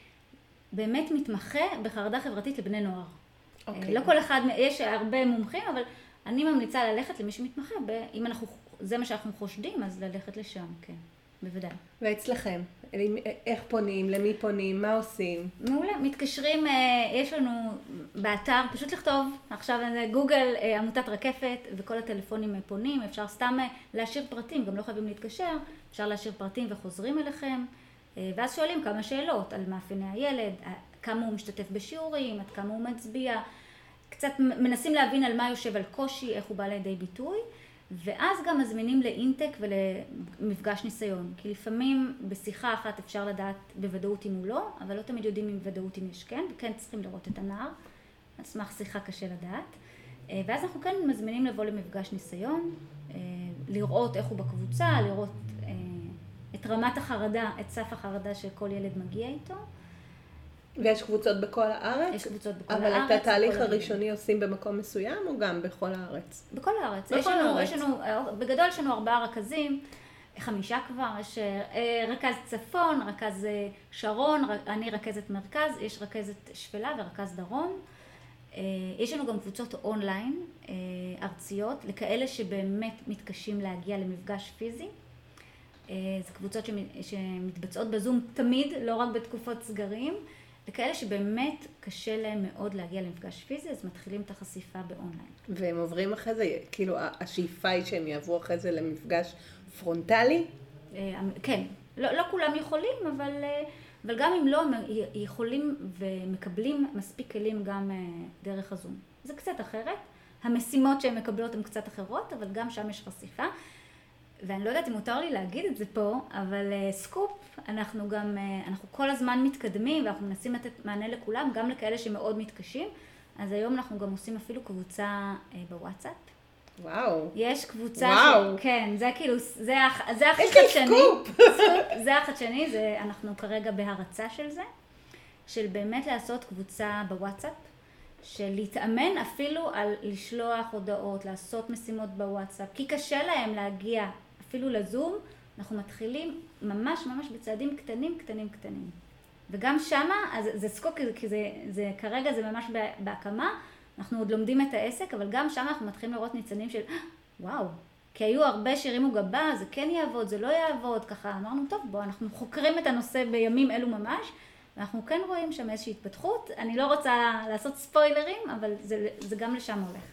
שבאמת מתמחה בחרדה חברתית לבני נוער. Okay. לא כל אחד, יש הרבה מומחים, אבל אני ממליצה ללכת למי שמתמחה, אם אנחנו, זה מה שאנחנו חושדים, אז ללכת לשם, כן. בוודאי. ואצלכם, איך פונים, למי פונים, מה עושים? מעולה, מתקשרים, יש לנו באתר, פשוט לכתוב, עכשיו גוגל, עמותת רקפת, וכל הטלפונים פונים, אפשר סתם להשאיר פרטים, גם לא חייבים להתקשר, אפשר להשאיר פרטים וחוזרים אליכם, ואז שואלים כמה שאלות על מאפייני הילד, כמה הוא משתתף בשיעורים, עד כמה הוא מצביע, קצת מנסים להבין על מה יושב על קושי, איך הוא בא לידי ביטוי, ואז גם מזמינים לאינטק ולמפגש ניסיון. כי לפעמים בשיחה אחת אפשר לדעת בוודאות אם הוא לא, אבל לא תמיד יודעים עם ודאות אם יש כן, וכן צריכים לראות את הנער. על סמך שיחה קשה לדעת. ואז אנחנו כן מזמינים לבוא למפגש ניסיון, לראות איך הוא בקבוצה, לראות את רמת החרדה, את סף החרדה שכל ילד מגיע איתו. ויש קבוצות בכל הארץ? יש קבוצות בכל אבל הארץ. אבל את התהליך הראשוני עושים במקום מסוים או גם בכל הארץ? בכל הארץ. בכל יש לנו, הארץ. יש לנו, בגדול יש לנו ארבעה רכזים, חמישה כבר, יש רכז צפון, רכז שרון, אני רכזת מרכז, יש רכזת שפלה ורכז דרום. יש לנו גם קבוצות אונליין ארציות, לכאלה שבאמת מתקשים להגיע למפגש פיזי. זה קבוצות שמתבצעות בזום תמיד, לא רק בתקופות סגרים. לכאלה שבאמת קשה להם מאוד להגיע למפגש פיזי, אז מתחילים את החשיפה באונליין. והם עוברים אחרי זה, כאילו השאיפה היא שהם יעברו אחרי זה למפגש פרונטלי? כן, לא, לא כולם יכולים, אבל, אבל גם אם לא, יכולים ומקבלים מספיק כלים גם דרך הזום. זה קצת אחרת. המשימות שהן מקבלות הן קצת אחרות, אבל גם שם יש חשיפה. ואני לא יודעת אם מותר לי להגיד את זה פה, אבל uh, סקופ, אנחנו גם, uh, אנחנו כל הזמן מתקדמים, ואנחנו מנסים לתת מענה לכולם, גם לכאלה שמאוד מתקשים. אז היום אנחנו גם עושים אפילו קבוצה uh, בוואטסאפ. וואו. יש קבוצה, וואו. ש... כן, זה כאילו, זה, זה הכי יש לי חדשני. סקופ. סקופ. זה החדשני, זה, אנחנו כרגע בהרצה של זה. של באמת לעשות קבוצה בוואטסאפ, של להתאמן אפילו על לשלוח הודעות, לעשות משימות בוואטסאפ, כי קשה להם להגיע אפילו לזום, אנחנו מתחילים ממש ממש בצעדים קטנים קטנים קטנים. וגם שמה, אז זה סקוק, כי זה, זה, כרגע זה ממש בהקמה, אנחנו עוד לומדים את העסק, אבל גם שמה אנחנו מתחילים לראות ניצנים של, וואו, כי היו הרבה שהרימו גבה, זה כן יעבוד, זה לא יעבוד, ככה אמרנו, טוב, בוא, אנחנו חוקרים את הנושא בימים אלו ממש, ואנחנו כן רואים שם איזושהי התפתחות. אני לא רוצה לעשות ספוילרים, אבל זה, זה גם לשם הולך.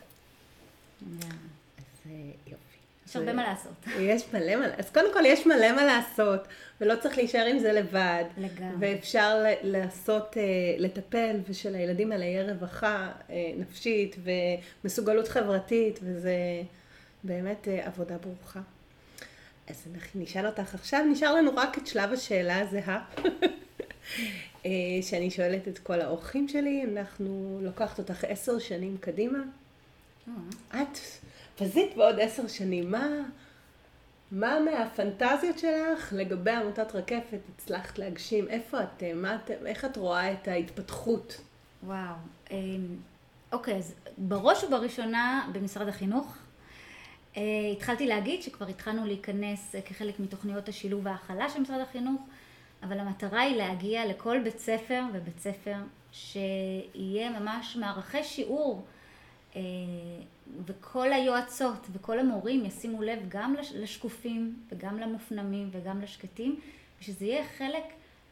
אז יופי. יש הרבה מה לעשות. יש מלא מה, אז קודם כל יש מלא מה לעשות, ולא צריך להישאר עם זה לבד. לגמרי. ואפשר לעשות, לטפל, ושלילדים האלה יהיה רווחה נפשית ומסוגלות חברתית, וזה באמת עבודה ברוכה. אז אנחנו נשאל אותך עכשיו, נשאר לנו רק את שלב השאלה הזהה, שאני שואלת את כל האורחים שלי. אנחנו לוקחת אותך עשר שנים קדימה. את פזית בעוד עשר שנים, מה, מה מהפנטזיות שלך לגבי עמותת רקפת הצלחת להגשים? איפה את, מה את, איך את רואה את ההתפתחות? וואו, אוקיי, אז בראש ובראשונה במשרד החינוך, התחלתי להגיד שכבר התחלנו להיכנס כחלק מתוכניות השילוב וההכלה של משרד החינוך, אבל המטרה היא להגיע לכל בית ספר ובית ספר שיהיה ממש מערכי שיעור, וכל היועצות וכל המורים ישימו לב גם לשקופים וגם למופנמים וגם לשקטים, ושזה יהיה חלק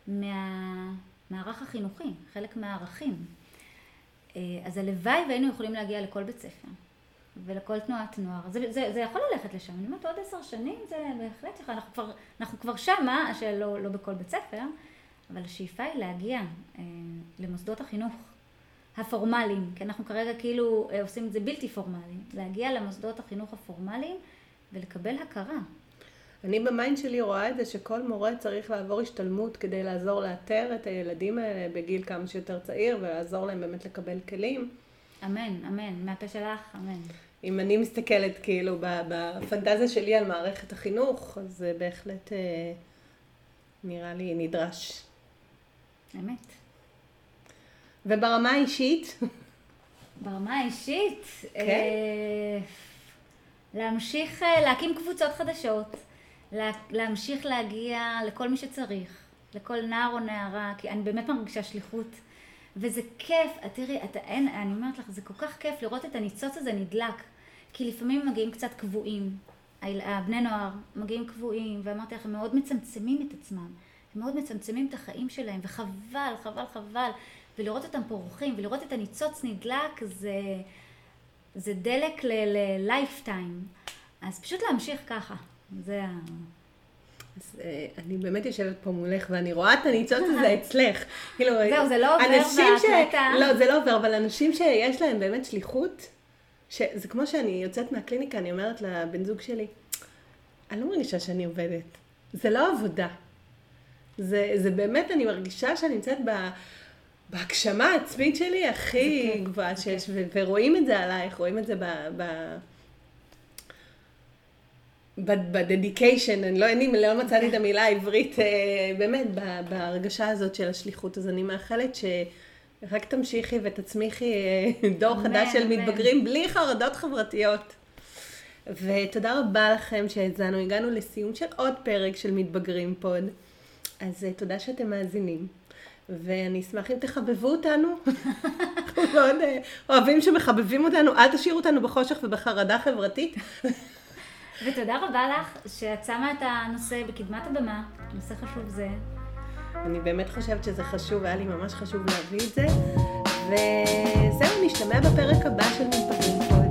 מהמערך החינוכי, חלק מהערכים. אז הלוואי והיינו יכולים להגיע לכל בית ספר ולכל תנועת נוער. זה, זה, זה יכול ללכת לשם. אני אומרת, עוד עשר שנים זה בהחלט יכול. אנחנו כבר, אנחנו כבר שמה, שלא לא בכל בית ספר, אבל השאיפה היא להגיע אה, למוסדות החינוך הפורמליים, כי אנחנו כרגע כאילו אה, עושים את זה בלתי פורמלי, להגיע למוסדות החינוך הפורמליים ולקבל הכרה. אני במיינד שלי רואה את זה שכל מורה צריך לעבור השתלמות כדי לעזור לאתר את הילדים האלה בגיל כמה שיותר צעיר, ולעזור להם באמת לקבל כלים. אמן, אמן, מהפה שלך, אמן. אם אני מסתכלת כאילו בפנטזיה שלי על מערכת החינוך, אז זה בהחלט אה, נראה לי נדרש. אמת. וברמה האישית? ברמה האישית? כן. אה, להמשיך אה, להקים קבוצות חדשות, לה, להמשיך להגיע לכל מי שצריך, לכל נער או נערה, כי אני באמת מרגישה שליחות. וזה כיף, תראי, אתה, אין, אני אומרת לך, זה כל כך כיף לראות את הניצוץ הזה נדלק, כי לפעמים הם מגיעים קצת קבועים, הבני נוער מגיעים קבועים, ואמרתי לך, הם מאוד מצמצמים את עצמם, הם מאוד מצמצמים את החיים שלהם, וחבל, חבל, חבל, ולראות אותם פורחים, ולראות את הניצוץ נדלק, זה, זה דלק ל-lifetime, אז פשוט להמשיך ככה, זה ה... אז אני באמת יושבת פה מולך, ואני רואה את הניצוץ הזה אצלך. זהו, זה לא עובר בהקלטה. לא, זה לא עובר, אבל אנשים שיש להם באמת שליחות, זה כמו שאני יוצאת מהקליניקה, אני אומרת לבן זוג שלי, אני לא מרגישה שאני עובדת. זה לא עבודה. זה, זה באמת, אני מרגישה שאני נמצאת בהגשמה העצמית שלי הכי גבוהה שיש, ורואים את זה עלייך, רואים את זה ב... בדדיקיישן, אני לא, אני לא מצאתי את המילה העברית, באמת, בהרגשה הזאת של השליחות. אז אני מאחלת שרק תמשיכי ותצמיחי דור חדש של מתבגרים בלי חרדות חברתיות. ותודה רבה לכם שהזנו, הגענו לסיום של עוד פרק של מתבגרים פוד. אז תודה שאתם מאזינים. ואני אשמח אם תחבבו אותנו. אנחנו מאוד אוהבים שמחבבים אותנו, אל תשאירו אותנו בחושך ובחרדה חברתית. ותודה רבה לך שאת שמה את הנושא בקדמת הבמה, נושא חשוב זה. אני באמת חושבת שזה חשוב, היה לי ממש חשוב להביא את זה. וזהו, נשתמע בפרק הבא של מתבגרים פוד.